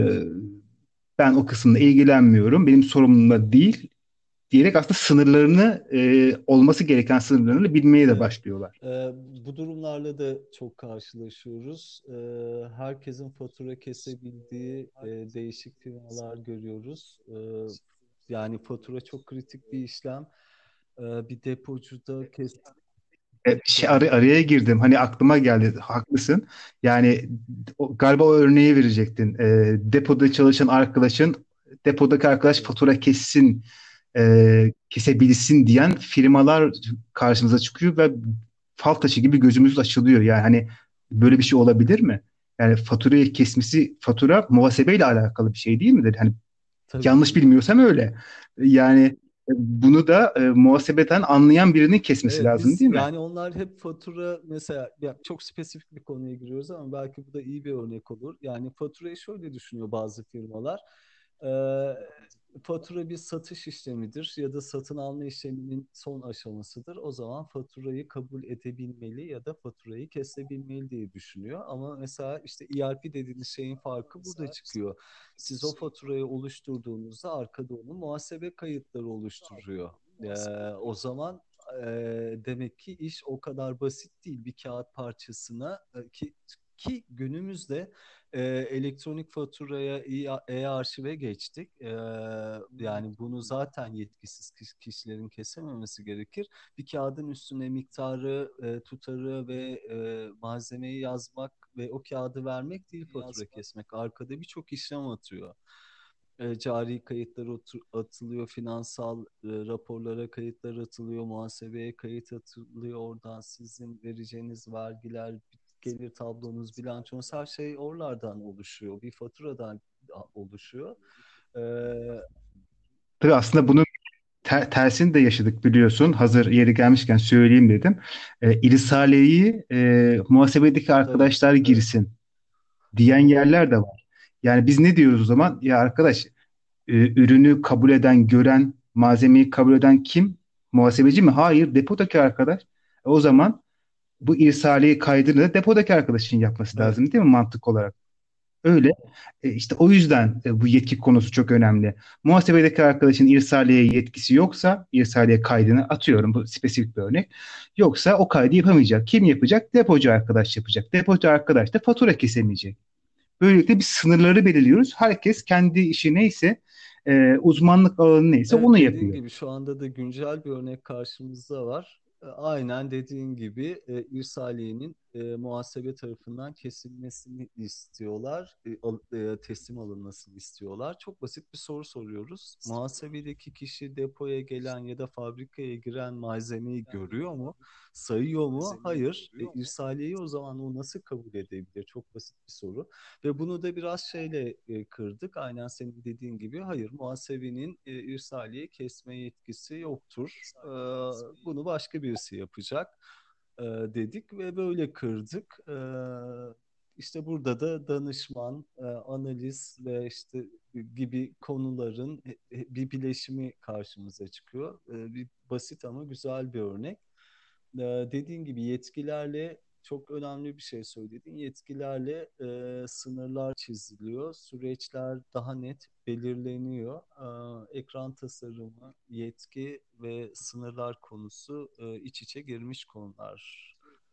Ben o kısımla ilgilenmiyorum. Benim sorumluluğumda değil diyerek aslında sınırlarını e, olması gereken sınırlarını bilmeye de Evet. başlıyorlar. Ee, Bu durumlarla da çok karşılaşıyoruz. Ee, herkesin fatura kesebildiği e, değişik firmalar görüyoruz. Ee, yani fatura çok kritik bir işlem. Ee, bir depocuda kes E, bir şey ar- tabii. araya girdim. Hani aklıma geldi. Haklısın. Yani o, galiba o örneği verecektin. E, depoda çalışan arkadaşın depodaki arkadaş Evet. fatura kessin, e, kesebilsin diyen firmalar karşımıza çıkıyor ve fal taşı gibi gözümüz açılıyor. Yani hani böyle bir şey olabilir mi? Yani faturayı kesmesi, fatura muhasebeyle alakalı bir şey değil midir? Hani Tabii yanlış ki. bilmiyorsam öyle. Yani e, bunu da e, muhasebeden anlayan birinin kesmesi Evet, lazım biz değil mi? yani onlar hep fatura mesela ya çok spesifik bir konuya giriyoruz ama belki bu da iyi bir örnek olur. Yani faturayı şöyle düşünüyor bazı firmalar. Ee, Fatura bir satış işlemidir ya da satın alma işleminin son aşamasıdır. O zaman faturayı kabul edebilmeli ya da faturayı kesebilmeli diye düşünüyor. Ama mesela işte E R P dediğiniz şeyin farkı burada çıkıyor. Siz o faturayı oluşturduğunuzda arkada onun muhasebe kayıtları oluşturuyor. Ee, O zaman e, demek ki iş o kadar basit değil. Bir kağıt parçasına e, ki Ki günümüzde e, elektronik faturaya, e- e-arşive geçtik. E, yani bunu zaten yetkisiz kiş- kişilerin kesememesi gerekir. Bir kağıdın üstüne miktarı, e, tutarı ve e, malzemeyi yazmak ve o kağıdı vermek değil fatura kesmek. Arkada birçok işlem atıyor. E, cari kayıtlar otur- atılıyor, finansal e, raporlara kayıtlar atılıyor, muhasebeye kayıt atılıyor. Oradan sizin vereceğiniz vergiler, gelir tablonuz, bilançonuz her şey oralardan oluşuyor. Bir faturadan oluşuyor. E, Tabii aslında bunun ter- tersini de yaşadık biliyorsun. Hazır yeri gelmişken söyleyeyim dedim. E, irsaliyeyi e, muhasebedeki tabii, arkadaşlar tabii. girsin diyen yerler de var. Yani biz ne diyoruz o zaman? Ya arkadaş, e, ürünü kabul eden, gören, malzemeyi kabul eden kim? Muhasebeci mi? Hayır, depodaki arkadaş. E, o zaman bu irsaliye kaydını da depodaki arkadaşın yapması lazım Evet. değil mi mantık olarak? Öyle. E, işte o yüzden e, bu yetki konusu çok önemli. Muhasebedeki arkadaşın irsaliye yetkisi yoksa, irsaliye kaydını atıyorum, bu spesifik bir örnek. Yoksa o kaydı yapamayacak. Kim yapacak? Depocu arkadaş yapacak. Depocu arkadaş da fatura kesemeyecek. Böylelikle biz sınırları belirliyoruz. Herkes kendi işi neyse, e, uzmanlık alanı neyse Evet, onu dediğin yapıyor. gibi şu anda da güncel bir örnek karşımızda var. E, Aynen dediğin gibi e, irsaliyenin e, muhasebe tarafından kesilmesini istiyorlar, e, al- e, teslim alınmasını istiyorlar. Çok basit bir soru soruyoruz. Muhasebedeki kişi depoya gelen ya da fabrikaya giren malzemeyi görüyor mu? Sayıyor mu? Hayır. E, irsaliyeyi o zaman o nasıl kabul edebilir? Çok basit bir soru. Ve bunu da biraz şeyle e, kırdık. Aynen senin dediğin gibi. Hayır, muhasebenin e, irsaliye kesme yetkisi yoktur. E, bunu başka birisi yapacak e, dedik ve böyle kırdık. E, işte burada da danışman, e, analiz ve işte gibi konuların e, e, bir bileşimi karşımıza çıkıyor. E, bir basit ama güzel bir örnek. Ee, dediğin gibi yetkilerle çok önemli bir şey söyledin. Yetkilerle e, sınırlar çiziliyor, süreçler daha net belirleniyor. Ee, ekran tasarımı, yetki ve sınırlar konusu e, iç içe girmiş konular.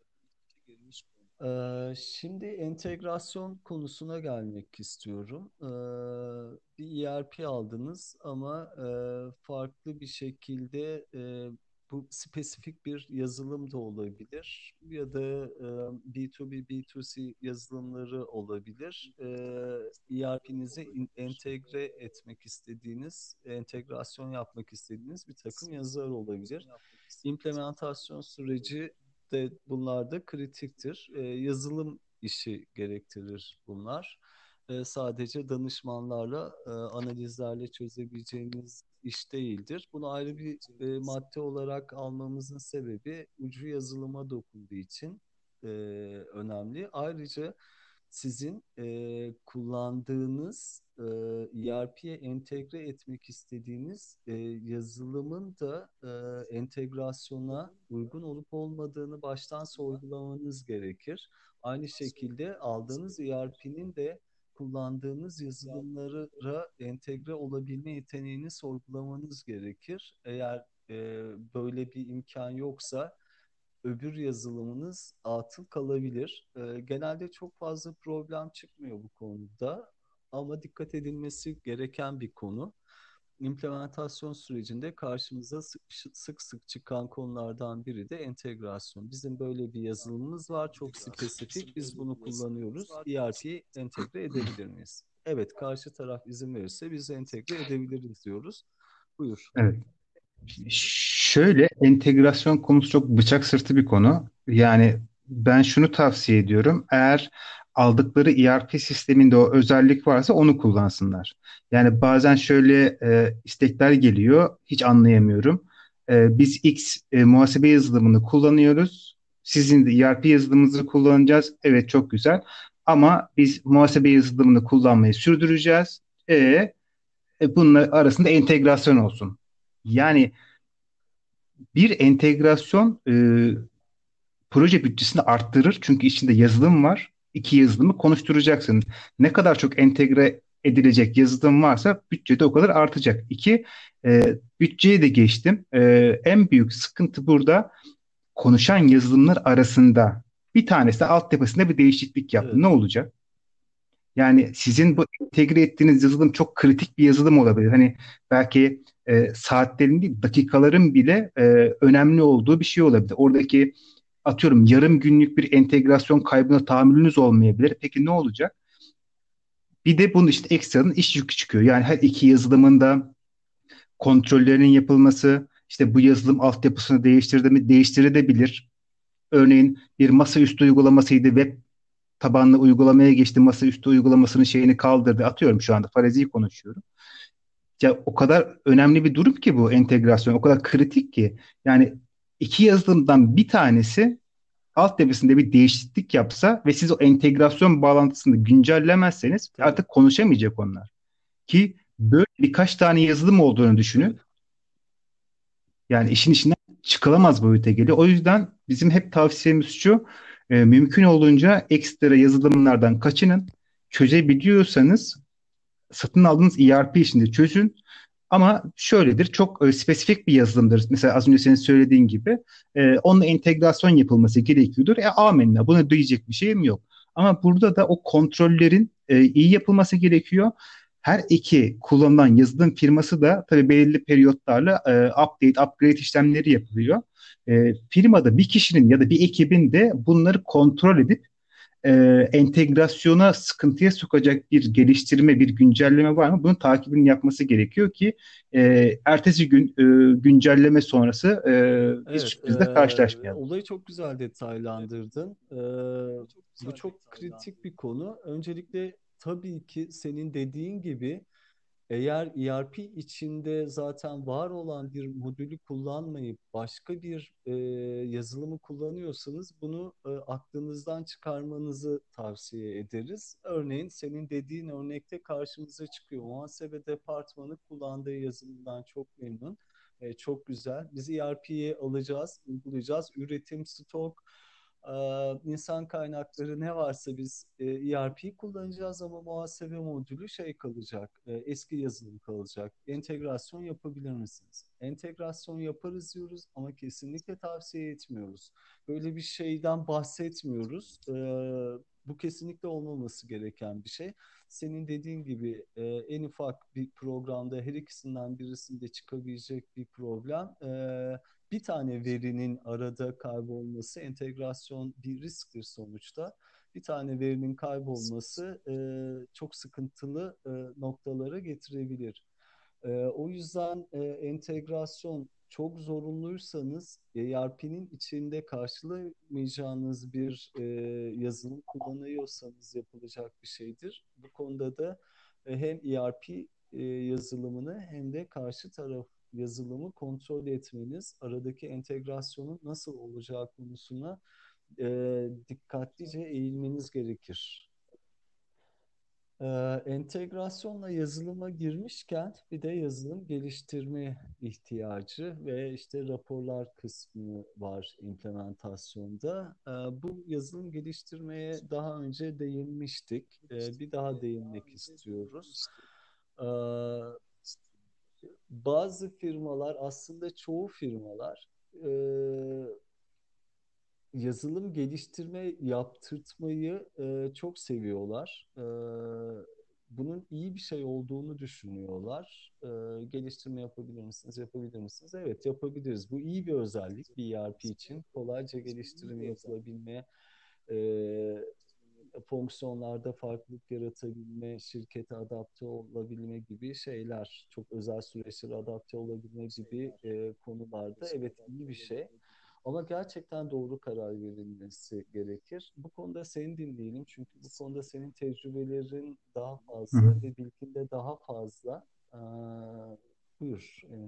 Ee, şimdi entegrasyon konusuna gelmek istiyorum. Ee, bir E R P aldınız ama e, farklı bir şekilde e, bu spesifik bir yazılım da olabilir ya da e, B iki B, B iki C yazılımları olabilir. Ee, E R P'nize entegre etmek istediğiniz, entegrasyon yapmak istediğiniz bir takım yazılar olabilir. İmplementasyon süreci de bunlar da kritiktir. E, yazılım işi gerektirir bunlar. E, sadece danışmanlarla, e, analizlerle çözebileceğiniz iş değildir. Bunu ayrı bir e, madde olarak almamızın sebebi ucu yazılıma dokunduğu için e, önemli. Ayrıca sizin e, kullandığınız e, E R P'ye entegre etmek istediğiniz e, yazılımın da e, entegrasyona uygun olup olmadığını baştan sorgulamanız gerekir. Aynı şekilde aldığınız E R P'nin de kullandığınız yazılımlara entegre olabilme yeteneğini sorgulamanız gerekir. Eğer e, böyle bir imkan yoksa öbür yazılımınız atıl kalabilir. Ee, genelde çok fazla problem çıkmıyor bu konuda ama dikkat edilmesi gereken bir konu. İmplementasyon sürecinde karşımıza sık sık, sık çıkan konulardan biri de entegrasyon. Bizim böyle bir yazılımımız var, çok spesifik. Biz bunu kullanıyoruz. E R P'yi entegre edebilir miyiz? Evet, karşı taraf izin verirse biz entegre edebiliriz diyoruz. Buyur. Evet. Şöyle, entegrasyon konusu çok bıçak sırtı bir konu. Yani ben şunu tavsiye ediyorum. Eğer aldıkları E R P sisteminde o özellik varsa onu kullansınlar. Yani bazen şöyle e, istekler geliyor. Hiç anlayamıyorum. E, biz X e, muhasebe yazılımını kullanıyoruz. Sizin de E R P yazılımınızı kullanacağız. Evet, çok güzel. Ama biz muhasebe yazılımını kullanmayı sürdüreceğiz. E, e, bunlar arasında entegrasyon olsun. Yani bir entegrasyon e, proje bütçesini arttırır. Çünkü içinde yazılım var. İki yazılımı konuşturacaksın. Ne kadar çok entegre edilecek yazılım varsa bütçe de o kadar artacak. İki, e, bütçeyi de geçtim. E, en büyük sıkıntı burada konuşan yazılımlar arasında. Bir tanesi de altyapısında bir değişiklik yaptı. Ne Evet, olacak? Yani sizin bu entegre ettiğiniz yazılım çok kritik bir yazılım olabilir. Hani belki e, saatlerin değil, dakikaların bile e, önemli olduğu bir şey olabilir. Oradaki atıyorum yarım günlük bir entegrasyon kaybına tahammülünüz olmayabilir. Peki ne olacak? Bir de bunun işte ekstradan iş yükü çıkıyor. Yani her iki yazılımın da kontrollerinin yapılması, işte bu yazılım altyapısını değiştirdi mi, değiştirebilir. Örneğin bir masaüstü uygulamasıydı, web tabanlı uygulamaya geçti, masaüstü uygulamasının şeyini kaldırdı. Atıyorum şu anda farazi konuşuyorum. Ya o kadar önemli bir durum ki bu entegrasyon, o kadar kritik ki. Yani iki yazılımdan bir tanesi altyapısında bir değişiklik yapsa ve siz o entegrasyon bağlantısını güncellemezseniz tabii, artık konuşamayacak onlar. Ki böyle birkaç tane yazılım olduğunu tabii. düşünün. Yani işin içinden çıkılamaz boyuta geliyor. O yüzden bizim hep tavsiyemiz şu, e, mümkün olduğunca ekstra yazılımlardan kaçının. Çözebiliyorsanız satın aldığınız E R P işini çözün. Ama şöyledir, çok e, spesifik bir yazılımdır. Mesela az önce senin söylediğin gibi e, onunla entegrasyon yapılması gerekiyordur. E, amenna, buna diyecek bir şeyim yok. Ama burada da o kontrollerin e, iyi yapılması gerekiyor. Her iki kullanılan yazılım firması da tabii belirli periyotlarla e, update, upgrade işlemleri yapılıyor. E, firmada bir kişinin ya da bir ekibin de bunları kontrol edip e, entegrasyona sıkıntıya sokacak bir geliştirme, bir güncelleme var mı? Bunun takibini yapması gerekiyor ki e, ertesi gün e, güncelleme sonrası e, bir Evet, sürprizle e, karşılaşmayalım. olayı çok güzel detaylandırdın. E, bu çok kritik bir konu. Öncelikle tabii ki senin dediğin gibi eğer E R P içinde zaten var olan bir modülü kullanmayıp başka bir e, yazılımı kullanıyorsanız bunu e, aklınızdan çıkarmanızı tavsiye ederiz. Örneğin senin dediğin örnekte karşımıza çıkıyor. Muhasebe departmanı kullandığı yazılımdan çok memnun. E, çok güzel. Biz E R P'yi alacağız, uygulayacağız. Üretim, stok, e, insan kaynakları ne varsa biz e, E R P'yi kullanacağız ama muhasebe modülü şey kalacak, e, eski yazılım kalacak. Entegrasyon yapabilir misiniz? Entegrasyon yaparız diyoruz ama kesinlikle tavsiye etmiyoruz. Böyle bir şeyden bahsetmiyoruz. E, bu kesinlikle olmaması gereken bir şey. Senin dediğin gibi e, en ufak bir programda her ikisinden birisinde çıkabilecek bir problem. E, bir tane verinin arada kaybolması, entegrasyon bir risktir sonuçta. Bir tane verinin kaybolması e, çok sıkıntılı e, noktalara getirebilir. E, o yüzden e, entegrasyon çok zorunluysanız E R P'nin içinde karşılamayacağınız bir e, yazılım kullanıyorsanız yapılacak bir şeydir. Bu konuda da e, hem E R P e, yazılımını hem de karşı taraf yazılımı kontrol etmeniz, aradaki entegrasyonun nasıl olacağı konusuna e, dikkatlice eğilmeniz gerekir. Ee, entegrasyonla yazılıma girmişken bir de yazılım geliştirme ihtiyacı ve işte raporlar kısmı var implementasyonda. Ee, bu yazılım geliştirmeye daha önce değinmiştik. Ee, bir daha değinmek istiyoruz. Ee, bazı firmalar aslında çoğu firmalar e, yazılım geliştirme yaptırtmayı e, çok seviyorlar. E, bunun iyi bir şey olduğunu düşünüyorlar. E, geliştirme yapabilir misiniz? Yapabilir misiniz? Evet, yapabiliriz. Bu iyi bir özellik bir E R P için. Kolayca geliştirme yapılabilme, e, fonksiyonlarda farklılık yaratabilme, şirkete adapte olabilme gibi şeyler, çok özel süreçlere adapte olabilme gibi e, konularda evet iyi bir şey. Ama gerçekten doğru karar verilmesi gerekir. Bu konuda seni dinleyelim çünkü bu konuda senin tecrübelerin daha Hı hı. fazla ve bilgin de daha fazla. Aa, buyur. Evet.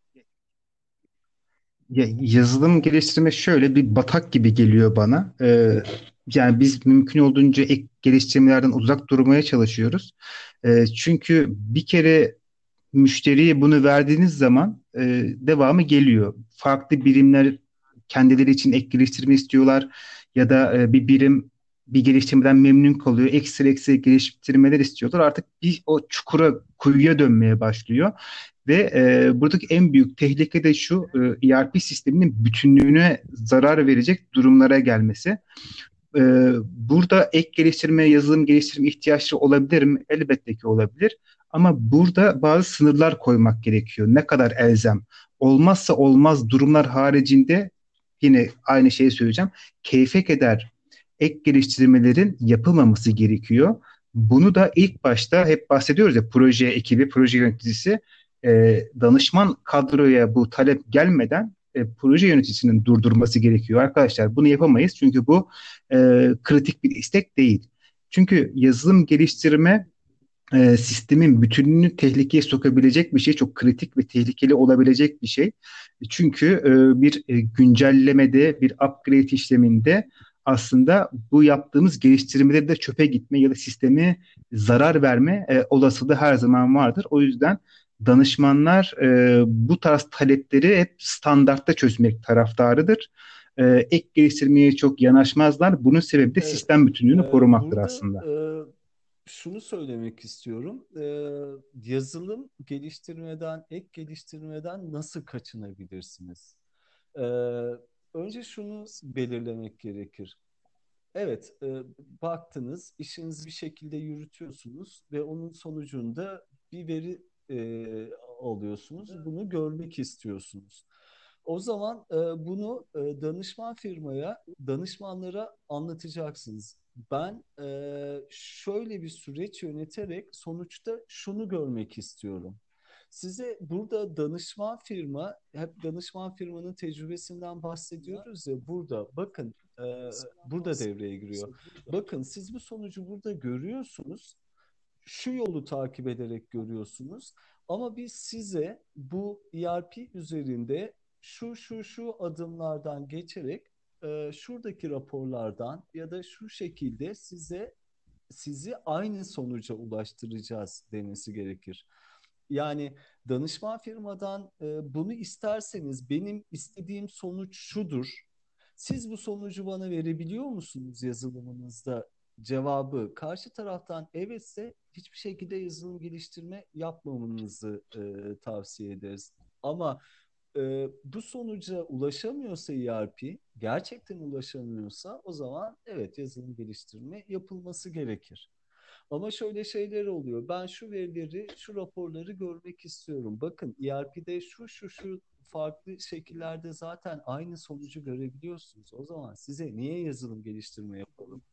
Ya, yazılım geliştirme şöyle bir batak gibi geliyor bana. Ee, yani biz mümkün olduğunca ek geliştirmelerden uzak durmaya çalışıyoruz. Ee, çünkü bir kere müşteriye bunu verdiğiniz zaman e, devamı geliyor. Farklı birimler kendileri için ek geliştirme istiyorlar ya da e, bir birim bir geliştirmeden memnun kalıyor. Ekstra ekstra geliştirmeler istiyorlar. Artık bir o çukura, kuyuya dönmeye başlıyor. Ve e, buradaki en büyük tehlike de şu, e, E R P sisteminin bütünlüğüne zarar verecek durumlara gelmesi. e, burada ek geliştirme, yazılım geliştirme ihtiyaçları olabilir mi? Elbette ki olabilir. Ama burada bazı sınırlar koymak gerekiyor. Ne kadar elzem. Olmazsa olmaz durumlar haricinde yine aynı şeyi söyleyeceğim. Keyfe keder ek geliştirmelerin yapılmaması gerekiyor. Bunu da ilk başta hep bahsediyoruz ya, proje ekibi, proje yöneticisi e, danışman kadroya bu talep gelmeden e, proje yöneticisinin durdurması gerekiyor. Arkadaşlar bunu yapamayız çünkü bu e, kritik bir istek değil. Çünkü yazılım geliştirme e, sistemin bütününü tehlikeye sokabilecek bir şey, çok kritik ve tehlikeli olabilecek bir şey. Çünkü e, bir e, güncellemede, bir upgrade işleminde aslında bu yaptığımız geliştirmeleri de çöpe gitme ya da sistemi zarar verme e, olasılığı her zaman vardır. O yüzden danışmanlar e, bu tarz talepleri hep standartta çözmek taraftarıdır. E, ek geliştirmeye çok yanaşmazlar. Bunun sebebi de Evet. sistem Ee, bütünlüğünü korumaktır burada aslında. e, şunu söylemek istiyorum. Ee, yazılım geliştirmeden, ek geliştirmeden nasıl kaçınabilirsiniz? Ee, Önce şunu belirlemek gerekir. Evet, e, baktınız, işinizi bir şekilde yürütüyorsunuz ve onun sonucunda bir veri e, alıyorsunuz. Bunu görmek istiyorsunuz. O zaman e, bunu e, danışman firmaya, danışmanlara anlatacaksınız. Ben e, şöyle bir süreç yöneterek sonuçta şunu görmek istiyorum. Size burada danışman firma, hep danışman firmanın tecrübesinden bahsediyoruz ya, burada bakın, e, burada devreye giriyor. Bakın, siz bu sonucu burada görüyorsunuz, şu yolu takip ederek görüyorsunuz. Ama biz size bu E R P üzerinde şu şu şu adımlardan geçerek e, şuradaki raporlardan ya da şu şekilde size sizi aynı sonuca ulaştıracağız demesi gerekir. Yani danışman firmadan e, bunu isterseniz benim istediğim sonuç şudur. Siz bu sonucu bana verebiliyor musunuz yazılımınızda? Cevabı karşı taraftan evetse hiçbir şekilde yazılım geliştirme yapmamanızı e, tavsiye ederiz. Ama e, bu sonuca ulaşamıyorsa E R P, gerçekten ulaşamıyorsa o zaman evet yazılım geliştirme yapılması gerekir. Ama şöyle şeyler oluyor. Ben şu verileri, şu raporları görmek istiyorum. Bakın E R P'de şu şu şu farklı şekillerde zaten aynı sonucu görebiliyorsunuz. O zaman size niye yazılım geliştirme yapalım?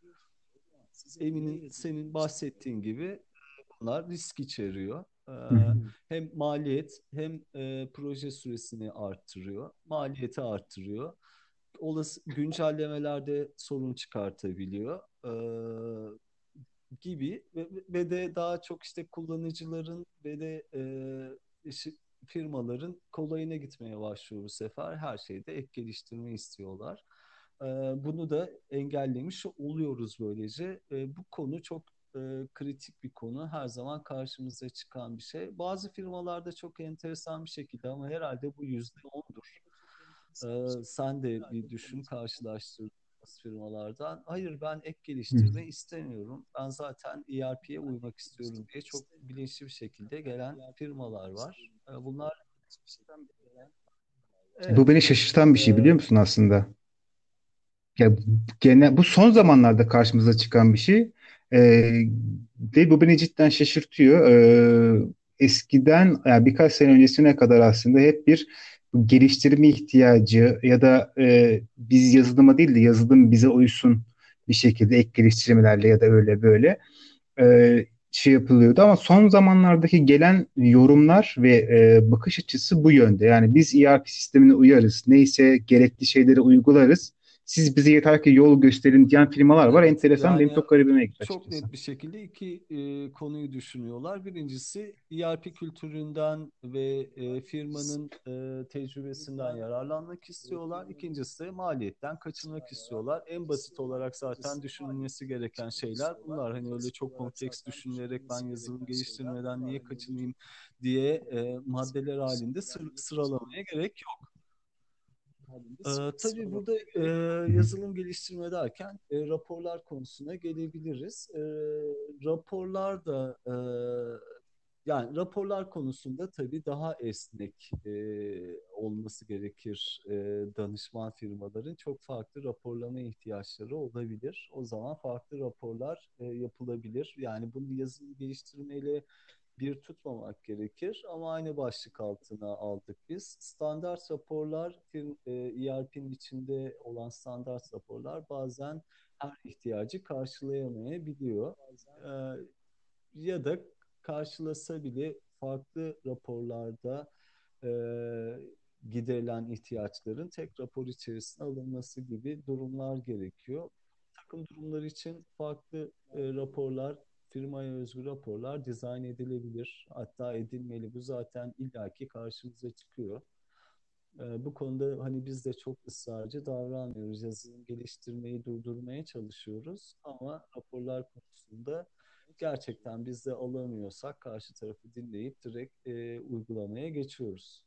Eminim senin bahsettiğin gibi bunlar risk içeriyor. Hı hı. Ee, hem maliyet hem e, proje süresini arttırıyor. Maliyeti arttırıyor. Olası güncellemelerde sorun çıkartabiliyor. Ee, gibi ve, ve de daha çok işte kullanıcıların ve de e, işi- firmaların kolayına gitmeye başlıyor bu sefer. Her şeyde ek geliştirme istiyorlar. E, Bunu da engellemiş oluyoruz böylece. E, bu konu çok e, kritik bir konu. Her zaman karşımıza çıkan bir şey. Bazı firmalarda çok enteresan bir şekilde ama herhalde bu yüzde ondur. Ee, sen de bir düşün, karşılaştır firmalardan. Hayır, ben ek Hı. geliştirme istemiyorum. Ben zaten E R P'ye uymak istiyorum diye çok bilinçli bir şekilde gelen firmalar var. Ee, bunlar Bu evet. beni şaşırtan bir şey, Ee, biliyor musun aslında? Ya gene bu son zamanlarda karşımıza çıkan bir şey. Ee, Ve bu beni cidden şaşırtıyor. Ee, eskiden, yani birkaç sene öncesine kadar aslında hep bir geliştirme ihtiyacı ya da e, biz yazılıma değil de yazılım bize uysun bir şekilde ek geliştirmelerle ya da öyle böyle e, şey yapılıyordu, ama son zamanlardaki gelen yorumlar ve e, bakış açısı bu yönde. Yani biz E R P sistemine uyarız, neyse gerekli şeyleri uygularız. Siz bize yeter ki yol gösterin diyen firmalar var. Evet, Enteresan, benim yani çok garibime gitti çok açıkçası. net bir şekilde iki e, konuyu düşünüyorlar. Birincisi E R P kültüründen ve e, firmanın e, tecrübesinden yararlanmak istiyorlar. İkincisi de maliyetten kaçınmak istiyorlar. En basit olarak zaten düşünülmesi gereken şeyler bunlar. Hani öyle çok kompleks düşünülerek ben yazılım geliştirmeden niye kaçınayım diye e, maddeler halinde sır- sıralamaya gerek yok. Ee, tabii burada e, Hı hı. yazılım geliştirme derken e, raporlar konusuna gelebiliriz. E, raporlar da Yani raporlar konusunda tabii daha esnek e, olması gerekir. E, danışman firmaların çok farklı raporlama ihtiyaçları olabilir. O zaman farklı raporlar e, yapılabilir. Yani bunu yazılım geliştirmeyle bir tutmamak gerekir ama aynı başlık altına aldık biz. Standart raporlar, firm- e, E R P'nin içinde olan standart raporlar bazen her ihtiyacı karşılayamayabiliyor. E, Ya da karşılasa bile farklı raporlarda e, giderilen ihtiyaçların tek rapor içerisine alınması gibi durumlar gerekiyor. Takım durumları için farklı e, raporlar, firmaya özgü raporlar dizayn edilebilir. Hatta edilmeli. Bu zaten illaki karşımıza çıkıyor. E, bu konuda hani biz de çok ısrarcı davranmıyoruz. Yazılım geliştirmeyi durdurmaya çalışıyoruz. Ama raporlar konusunda gerçekten biz de alamıyorsak karşı tarafı dinleyip direkt e, uygulamaya geçiyoruz.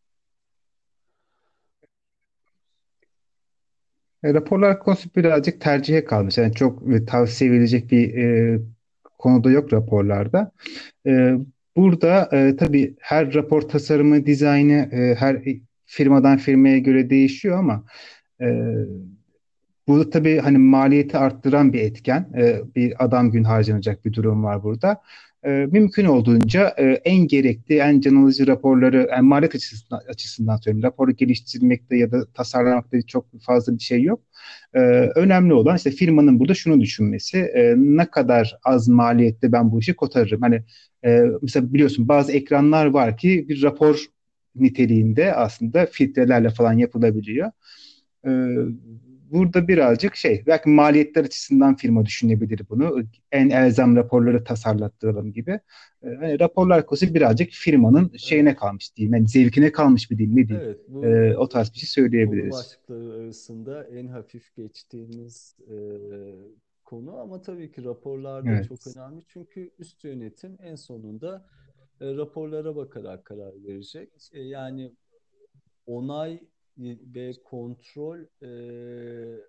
E, raporlar konusu birazcık tercihe kalmış. Yani çok e, tavsiye edilecek bir e, konuda yok raporlarda. E, Burada e, tabii her rapor tasarımı, dizaynı e, her firmadan firmaya göre değişiyor ama e, bu tabii hani maliyeti arttıran bir etken. Ee, bir adam gün harcanacak bir durum var burada. Ee, mümkün olduğunca e, en gerekli, en can alıcı raporları, yani maliyet açısından, açısından söyleyeyim. Raporu geliştirmekte ya da tasarlamakta çok fazla bir şey yok. Ee, önemli olan işte firmanın burada şunu düşünmesi. E, ne kadar az maliyette ben bu işi kotarırım. Hani e, mesela biliyorsun bazı ekranlar var ki bir rapor niteliğinde aslında filtrelerle falan yapılabiliyor. Ee, Burada birazcık şey, belki maliyetler açısından firma düşünebilir bunu. En elzem raporları tasarlattıralım gibi. Ee, hani raporlar konusu birazcık firmanın şeyine Evet. kalmış diyeyim. Yani zevkine kalmış bir diyeyim, ne diyeyim. Evet, bu Ee, o tarz bir şey konu söyleyebiliriz. başlıkları arasında en hafif geçtiğimiz e, konu ama tabii ki raporlar da çok Evet. önemli. Çünkü üst yönetim en sonunda e, raporlara bakarak karar verecek. E, yani onay ve kontrol e,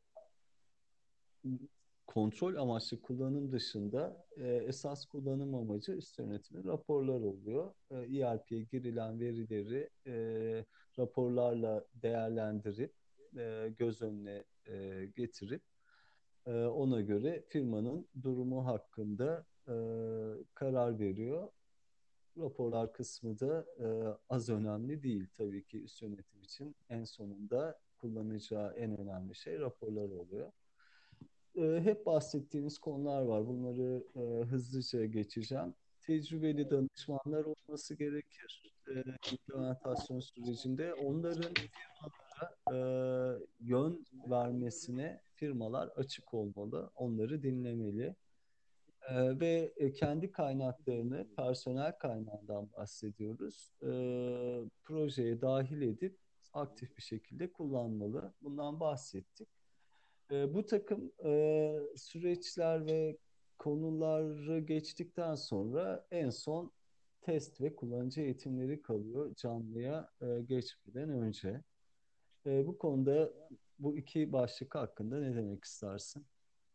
kontrol amaçlı kullanım dışında e, esas kullanım amacı üst yönetimin raporlar oluyor. E, E R P'ye girilen verileri e, raporlarla değerlendirip e, göz önüne e, getirip e, ona göre firmanın durumu hakkında e, karar veriyor. Raporlar kısmı da e, az önemli değil tabii ki üst yönetim için en sonunda kullanacağı en önemli şey raporlar oluyor. E, hep bahsettiğimiz konular var. Bunları e, hızlıca geçeceğim. Tecrübeli danışmanlar olması gerekir. E, implementasyon sürecinde onların e, yön vermesine firmalar açık olmalı. Onları dinlemeli. E, ve e, kendi kaynaklarını, personel kaynağından bahsediyoruz. E, projeye dahil edip aktif bir şekilde kullanmalı. Bundan bahsettik. E, bu takım e, süreçler ve konuları geçtikten sonra en son test ve kullanıcı eğitimleri kalıyor canlıya e, geçmeden önce. E, bu konuda bu iki başlık hakkında ne demek istersin?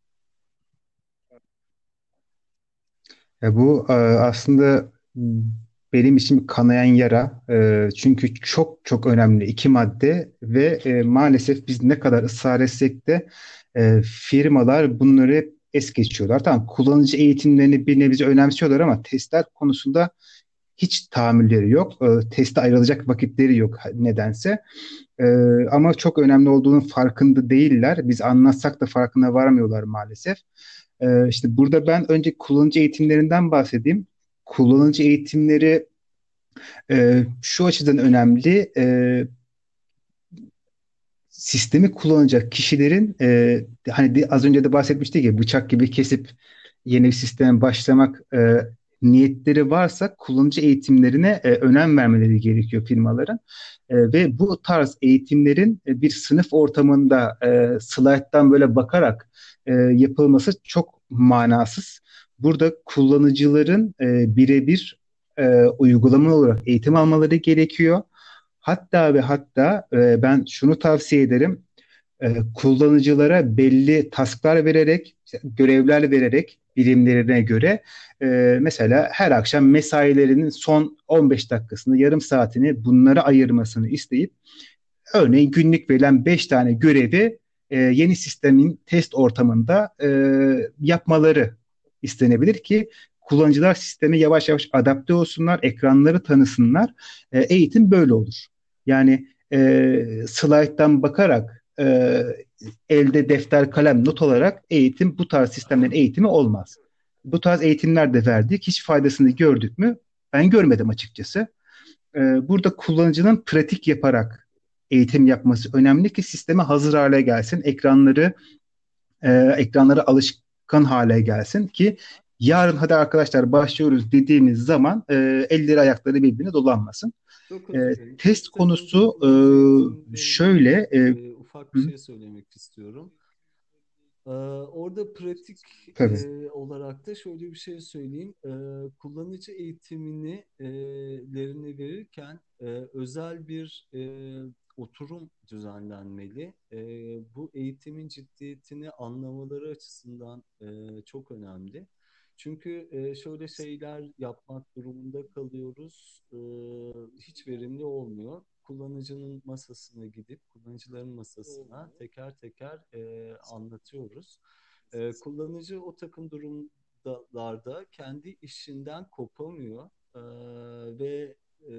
Ya bu e, aslında benim için bir kanayan yara. E, çünkü çok çok önemli iki madde ve e, maalesef biz ne kadar ısrar etsek de e, firmalar bunları hep es geçiyorlar. Tamam, kullanıcı eğitimlerini bir nebze önemsiyorlar ama testler konusunda hiç tahammülleri yok. E, teste ayrılacak vakitleri yok nedense. E, Ama çok önemli olduğunun farkında değiller. Biz anlatsak da farkına varmıyorlar maalesef. Ee, işte burada ben önce kullanıcı eğitimlerinden bahsedeyim. Kullanıcı eğitimleri e, şu açıdan önemli. E, sistemi kullanacak kişilerin e, hani de- az önce de bahsetmiştik ya, bıçak gibi kesip yeni bir sisteme başlamak e, niyetleri varsa kullanıcı eğitimlerine e, önem vermeleri gerekiyor firmaların. E, ve bu tarz eğitimlerin e, bir sınıf ortamında e, slayttan böyle bakarak e, yapılması çok manasız. Burada kullanıcıların e, birebir e, uygulama olarak eğitim almaları gerekiyor. Hatta ve hatta e, ben şunu tavsiye ederim. e, kullanıcılara belli tasklar vererek, işte görevler vererek birimlerine göre e, mesela her akşam mesailerinin son on beş dakikasını, yarım saatini bunlara ayırmasını isteyip örneğin günlük verilen beş tane görevi e, yeni sistemin test ortamında e, yapmaları istenebilir ki kullanıcılar sisteme yavaş yavaş adapte olsunlar, ekranları tanısınlar. E, eğitim böyle olur. Yani e, slayttan bakarak e, elde defter kalem not olarak eğitim bu tarz sistemlerin eğitimi olmaz. Bu tarz eğitimler de verdik. Hiç faydasını gördük mü? Ben görmedim açıkçası. E, burada kullanıcının pratik yaparak eğitim yapması önemli ki sisteme hazır hale gelsin. Ekranları e, ekranlara alışkan hale gelsin ki yarın hadi arkadaşlar başlıyoruz dediğimiz zaman e, elleri ayakları birbirine dolanmasın. Çok E, özür dilerim. test Tabii konusu e, kullanıcı eğitimle şöyle ilgili e, e, ufak bir hı, şey söylemek istiyorum. Ee, Orada pratik tabii. e, olarak da şöyle bir şey söyleyeyim. Ee, kullanıcı eğitimini e, lerini verirken e, özel bir e, oturum düzenlenmeli. E, bu eğitimin ciddiyetini anlamaları açısından e, çok önemli. Çünkü e, şöyle şeyler yapmak durumunda kalıyoruz. E, hiç verimli olmuyor. Kullanıcının masasına gidip kullanıcıların masasına teker teker e, anlatıyoruz. E, kullanıcı o takım durumlarda kendi işinden kopamıyor. E, ve e,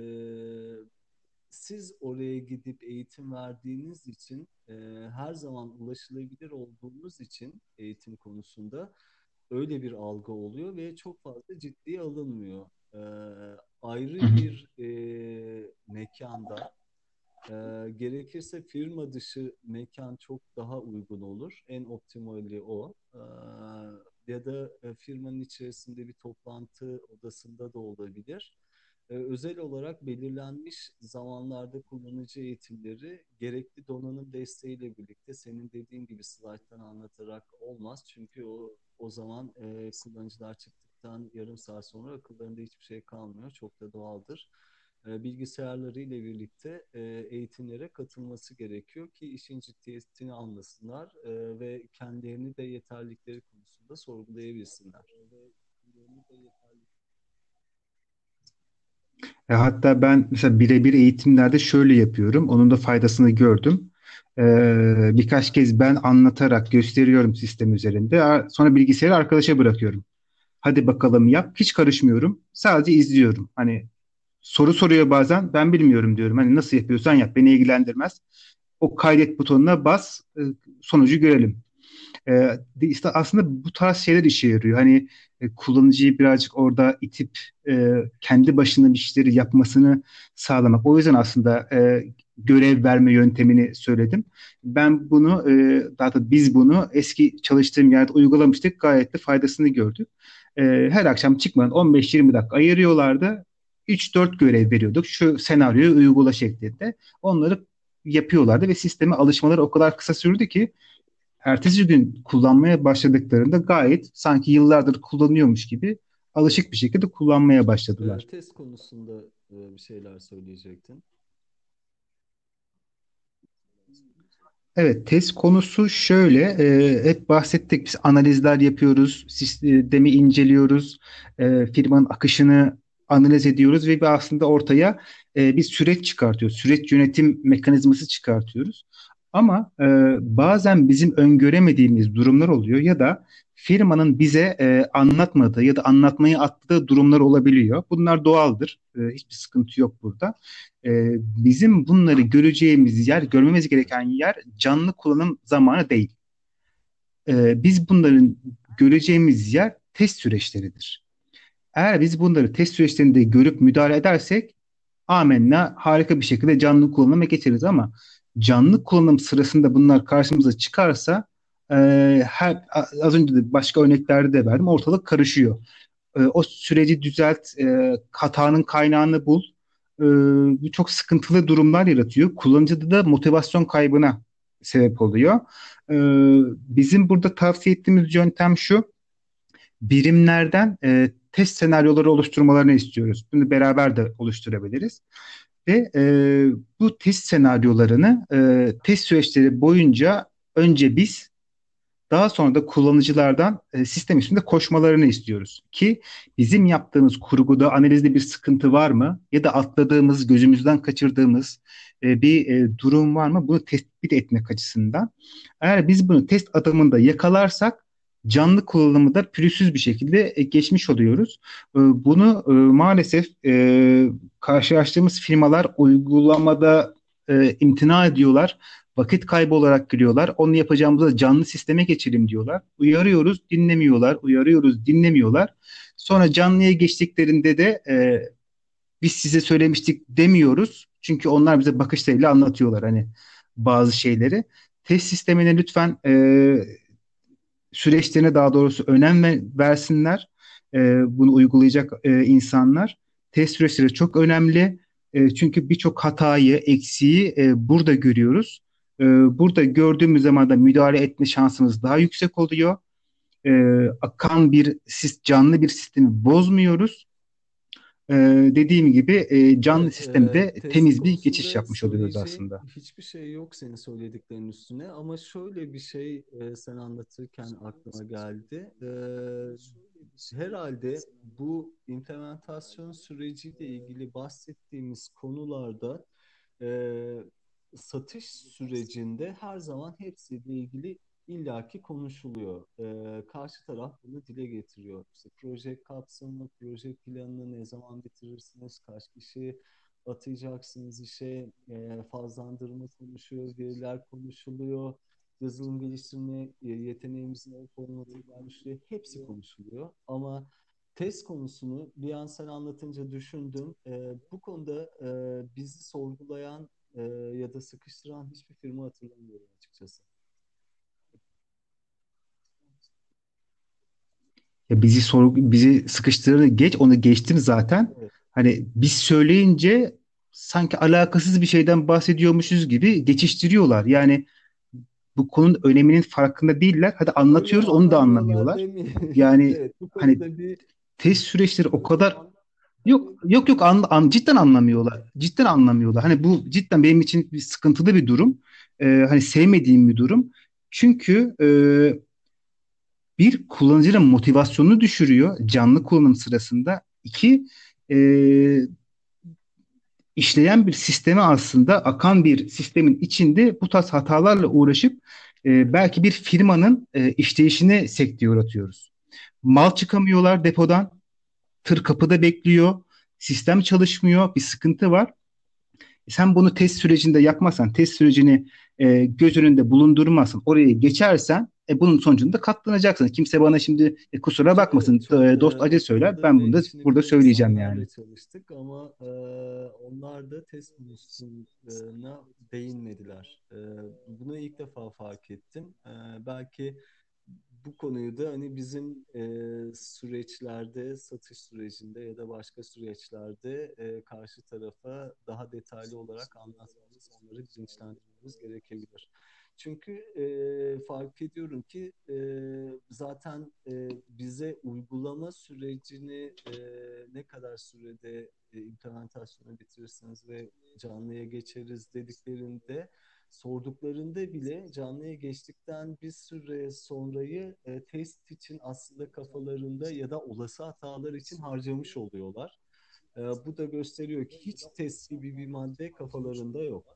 siz oraya gidip eğitim verdiğiniz için e, her zaman ulaşılabilir olduğunuz için eğitim konusunda öyle bir algı oluyor ve çok fazla ciddiye alınmıyor. E, Hı ayrı hı. bir e, mekanda e, gerekirse firma dışı mekan çok daha uygun olur. En optimali o. E, ya da e, firmanın içerisinde bir toplantı odasında da olabilir. E, özel olarak belirlenmiş zamanlarda kullanıcı eğitimleri gerekli donanım desteğiyle birlikte senin dediğin gibi slayttan anlatarak olmaz. Çünkü o o zaman e, kullanıcılar çıktıktan yarım saat sonra akıllarında hiçbir şey kalmıyor. Çok da doğaldır. E, bilgisayarları ile birlikte e, eğitimlere katılması gerekiyor ki işin ciddiyetini anlasınlar e, ve kendilerini de yeterlilikleri konusunda sorgulayabilsinler. E, hatta ben mesela birebir eğitimlerde şöyle yapıyorum. Onun da faydasını gördüm. E, birkaç kez ben anlatarak gösteriyorum sistem üzerinde. A- Sonra bilgisayarı arkadaşa bırakıyorum. Hadi bakalım yap. Hiç karışmıyorum. Sadece izliyorum. Hani soru soruyor bazen. Ben bilmiyorum diyorum. Hani nasıl yapıyorsan yap. Beni ilgilendirmez. O kaydet butonuna bas. e, Sonucu görelim. E, işte aslında bu tarz şeyler işe yarıyor. Hani e, kullanıcıyı birazcık orada itip e, kendi başına bir işleri yapmasını sağlamak. O yüzden aslında e, görev verme yöntemini söyledim. Ben bunu, e, daha da biz bunu eski çalıştığım yerde uygulamıştık. Gayet de faydasını gördük. E, her akşam çıkmadan on beş yirmi dakika ayırıyorlardı. üç dört görev veriyorduk. Şu senaryoyu uygula şeklinde. Onları yapıyorlardı ve sisteme alışmaları o kadar kısa sürdü ki ertesi gün kullanmaya başladıklarında gayet sanki yıllardır kullanıyormuş gibi Evet. alışık bir şekilde kullanmaya E, başladılar. test konusunda e, bir şeyler söyleyecektin. Evet, test konusu şöyle, e, hep bahsettik biz analizler yapıyoruz, sistemi inceliyoruz, e, firmanın akışını analiz ediyoruz ve bir aslında ortaya e, bir süreç çıkartıyoruz, süreç yönetim mekanizması çıkartıyoruz. Ama e, bazen bizim öngöremediğimiz durumlar oluyor ya da firmanın bize e, anlatmadığı ya da anlatmayı attığı durumlar olabiliyor. Bunlar doğaldır, e, hiçbir sıkıntı yok burada. E, Bizim bunları göreceğimiz yer, görmemiz gereken yer canlı kullanım zamanı değil. E, biz bunların göreceğimiz yer test süreçleridir. Eğer biz bunları test süreçlerinde görüp müdahale edersek amenna harika bir şekilde canlı kullanıma geçeriz ama canlı kullanım sırasında bunlar karşımıza çıkarsa e, her, az önce de başka örneklerde de verdim ortalık karışıyor. E, o süreci düzelt, e, hatanın kaynağını bul. E, Bu çok sıkıntılı durumlar yaratıyor. Kullanıcıda da motivasyon kaybına sebep oluyor. E, Bizim burada tavsiye ettiğimiz yöntem şu. Birimlerden e, test senaryoları oluşturmalarını istiyoruz. Bunu beraber de oluşturabiliriz. Ve e, bu test senaryolarını e, test süreçleri boyunca önce biz, daha sonra da kullanıcılardan e, sistem üstünde koşmalarını istiyoruz ki bizim yaptığımız kurguda, analizde bir sıkıntı var mı ya da atladığımız, gözümüzden kaçırdığımız e, bir e, durum var mı, bunu tespit etmek açısından. Eğer biz bunu test adımında yakalarsak canlı kullanımı da pürüzsüz bir şekilde e, geçmiş oluyoruz. E, bunu e, maalesef e, karşılaştığımız firmalar uygulamada e, imtina ediyorlar, vakit kaybı olarak görüyorlar. Onu yapacağımızda canlı sisteme geçelim diyorlar. Uyarıyoruz, dinlemiyorlar. Uyarıyoruz, dinlemiyorlar. Sonra canlıya geçtiklerinde de e, biz size söylemiştik demiyoruz. Çünkü onlar bize bakışlarıyla anlatıyorlar hani bazı şeyleri. Test sistemine lütfen e, süreçlerine daha doğrusu önem ve- versinler. E, bunu uygulayacak e, insanlar. Test süreçleri çok önemli. E, çünkü birçok hatayı, eksiği e, burada görüyoruz. E, burada gördüğümüz zaman da müdahale etme şansımız daha yüksek oluyor. E, akan bir sis- canlı bir sistemi bozmuyoruz. E, dediğim gibi e, canlı Evet, e, sistemde test temiz bir geçiş konusunda yapmış oluyoruz söyleyeceğim aslında. hiçbir şey yok senin söylediklerinin üstüne ama şöyle bir şey e, sen anlatırken aklıma geldi. E, herhalde bu implementasyon süreciyle ilgili bahsettiğimiz konularda e, satış sürecinde her zaman hepsiyle ilgili illaki konuşuluyor. E, karşı taraf bunu dile getiriyor. İşte proje kapsamı, proje planını ne zaman bitirirsiniz, kaç kişi atayacaksınız işe, e, fazlandırma konuşuyor, veriler konuşuluyor, yazılım geliştirme e, yeteneğimizin olup olmadığı konuşuluyor. Hepsi konuşuluyor. Ama test konusunu bir an sen anlatınca düşündüm. E, bu konuda e, bizi sorgulayan e, ya da sıkıştıran hiçbir firma hatırlamıyorum açıkçası. Ya bizi soru bizi sıkıştırır geç, onu geçtim zaten. Evet. Hani biz söyleyince sanki alakasız bir şeyden bahsediyormuşuz gibi geçiştiriyorlar. Yani bu konunun öneminin farkında değiller. Hadi Öyle anlatıyoruz, onu da anlamıyorlar anlamıyorlar. demeyelim. Yani Evet, bu hani konuda bir test süreçleri o kadar yok yok yok an, an- cidden anlamıyorlar. Cidden anlamıyorlar. Hani bu cidden benim için bir sıkıntılı bir durum. Ee, hani sevmediğim bir durum. Çünkü e, bir, kullanıcının motivasyonunu düşürüyor canlı kullanım sırasında. İki, e, işleyen bir sistemi, aslında akan bir sistemin içinde bu tarz hatalarla uğraşıp e, belki bir firmanın e, işleyişine sekteye uğratıyoruz. Mal çıkamıyorlar depodan, tır kapıda bekliyor, sistem çalışmıyor, bir sıkıntı var. Sen bunu test sürecinde yapmazsan, test sürecini e, göz önünde bulundurmazsan, oraya geçersen e, bunun sonucunda katlanacaksın. Kimse bana şimdi e, kusura çok evet bakmasın, çok e, dost e, acı söyler. akıllı Ben ve bunu da işini burada bilen söyleyeceğim yani. insanlarla çalıştık ama e, onlar da test konusuna değinmediler. E, bunu ilk defa fark ettim. E, belki bu konuyu da hani bizim e, süreçlerde, satış sürecinde ya da başka süreçlerde e, karşı tarafa daha detaylı olarak anlatmamız, onları bilinçlendirmemiz gerekebilir. Çünkü e, fark ediyorum ki e, zaten e, bize uygulama sürecini e, ne kadar sürede e, implementasyonu bitirirsiniz ve canlıya geçeriz dediklerinde sorduklarında bile canlıya geçtikten bir süre sonrayı e, test için aslında kafalarında ya da olası hatalar için harcamış oluyorlar. E, bu da gösteriyor ki hiç test gibi bir madde kafalarında yok.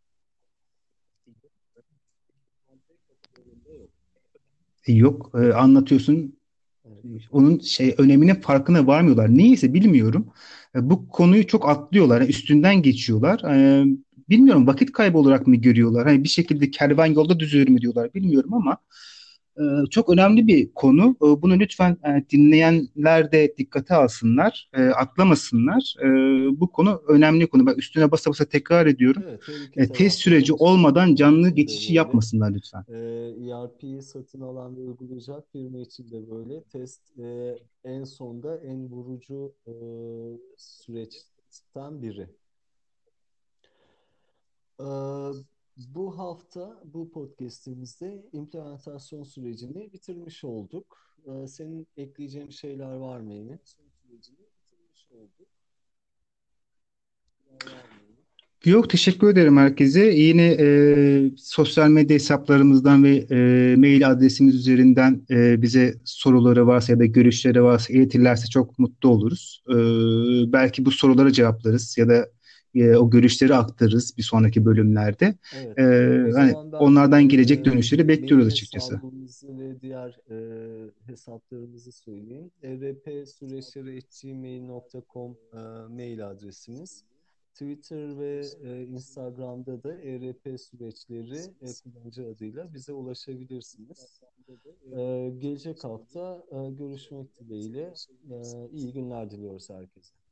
Yok, e, anlatıyorsun, Evet. onun şey öneminin farkına varmıyorlar. Niyeyse bilmiyorum. E, bu konuyu çok atlıyorlar, yani üstünden geçiyorlar. E, bilmiyorum, vakit kaybı olarak mı görüyorlar? Hani bir şekilde kervan yolda düzülür mü diyorlar, bilmiyorum ama e, çok önemli bir konu. E, bunu lütfen e, dinleyenler de dikkate alsınlar, e, atlamasınlar. E, bu konu önemli konu. Bak, üstüne basa basa tekrar ediyorum. Evet, her iki E, test tarafta da süreci açıkçası olmadan benim canlı için de geçişi böyle. yapmasınlar lütfen. E, E R P'yi satın alan ve uygulayacak firma için de böyle. Test e, en sonda en vurucu e, süreçten biri. Ee, bu hafta bu podcast'imizde implementasyon sürecini bitirmiş olduk. Ee, senin ekleyeceğin şeyler var mı Emin? Yok, teşekkür ederim herkese. Yine e, sosyal medya hesaplarımızdan ve e, mail adresimiz üzerinden e, bize soruları varsa ya da görüşleri varsa iletirlerse çok mutlu oluruz. E, belki bu sorulara cevaplarız ya da e, o görüşleri aktarırız bir sonraki bölümlerde. E, Evet. O hani zaman ben onlardan gelecek e, dönüşleri mail bekliyoruz açıkçası. hesabımızı ve diğer e, hesaplarımızı söyleyeyim. erpsüreçleri at gmail nokta com e, mail adresimiz. Twitter ve e, Instagram'da da E R P süreçleri e, kullanıcı adıyla bize ulaşabilirsiniz. E, gelecek hafta e, görüşmek dileğiyle. E, iyi günler diliyoruz herkese.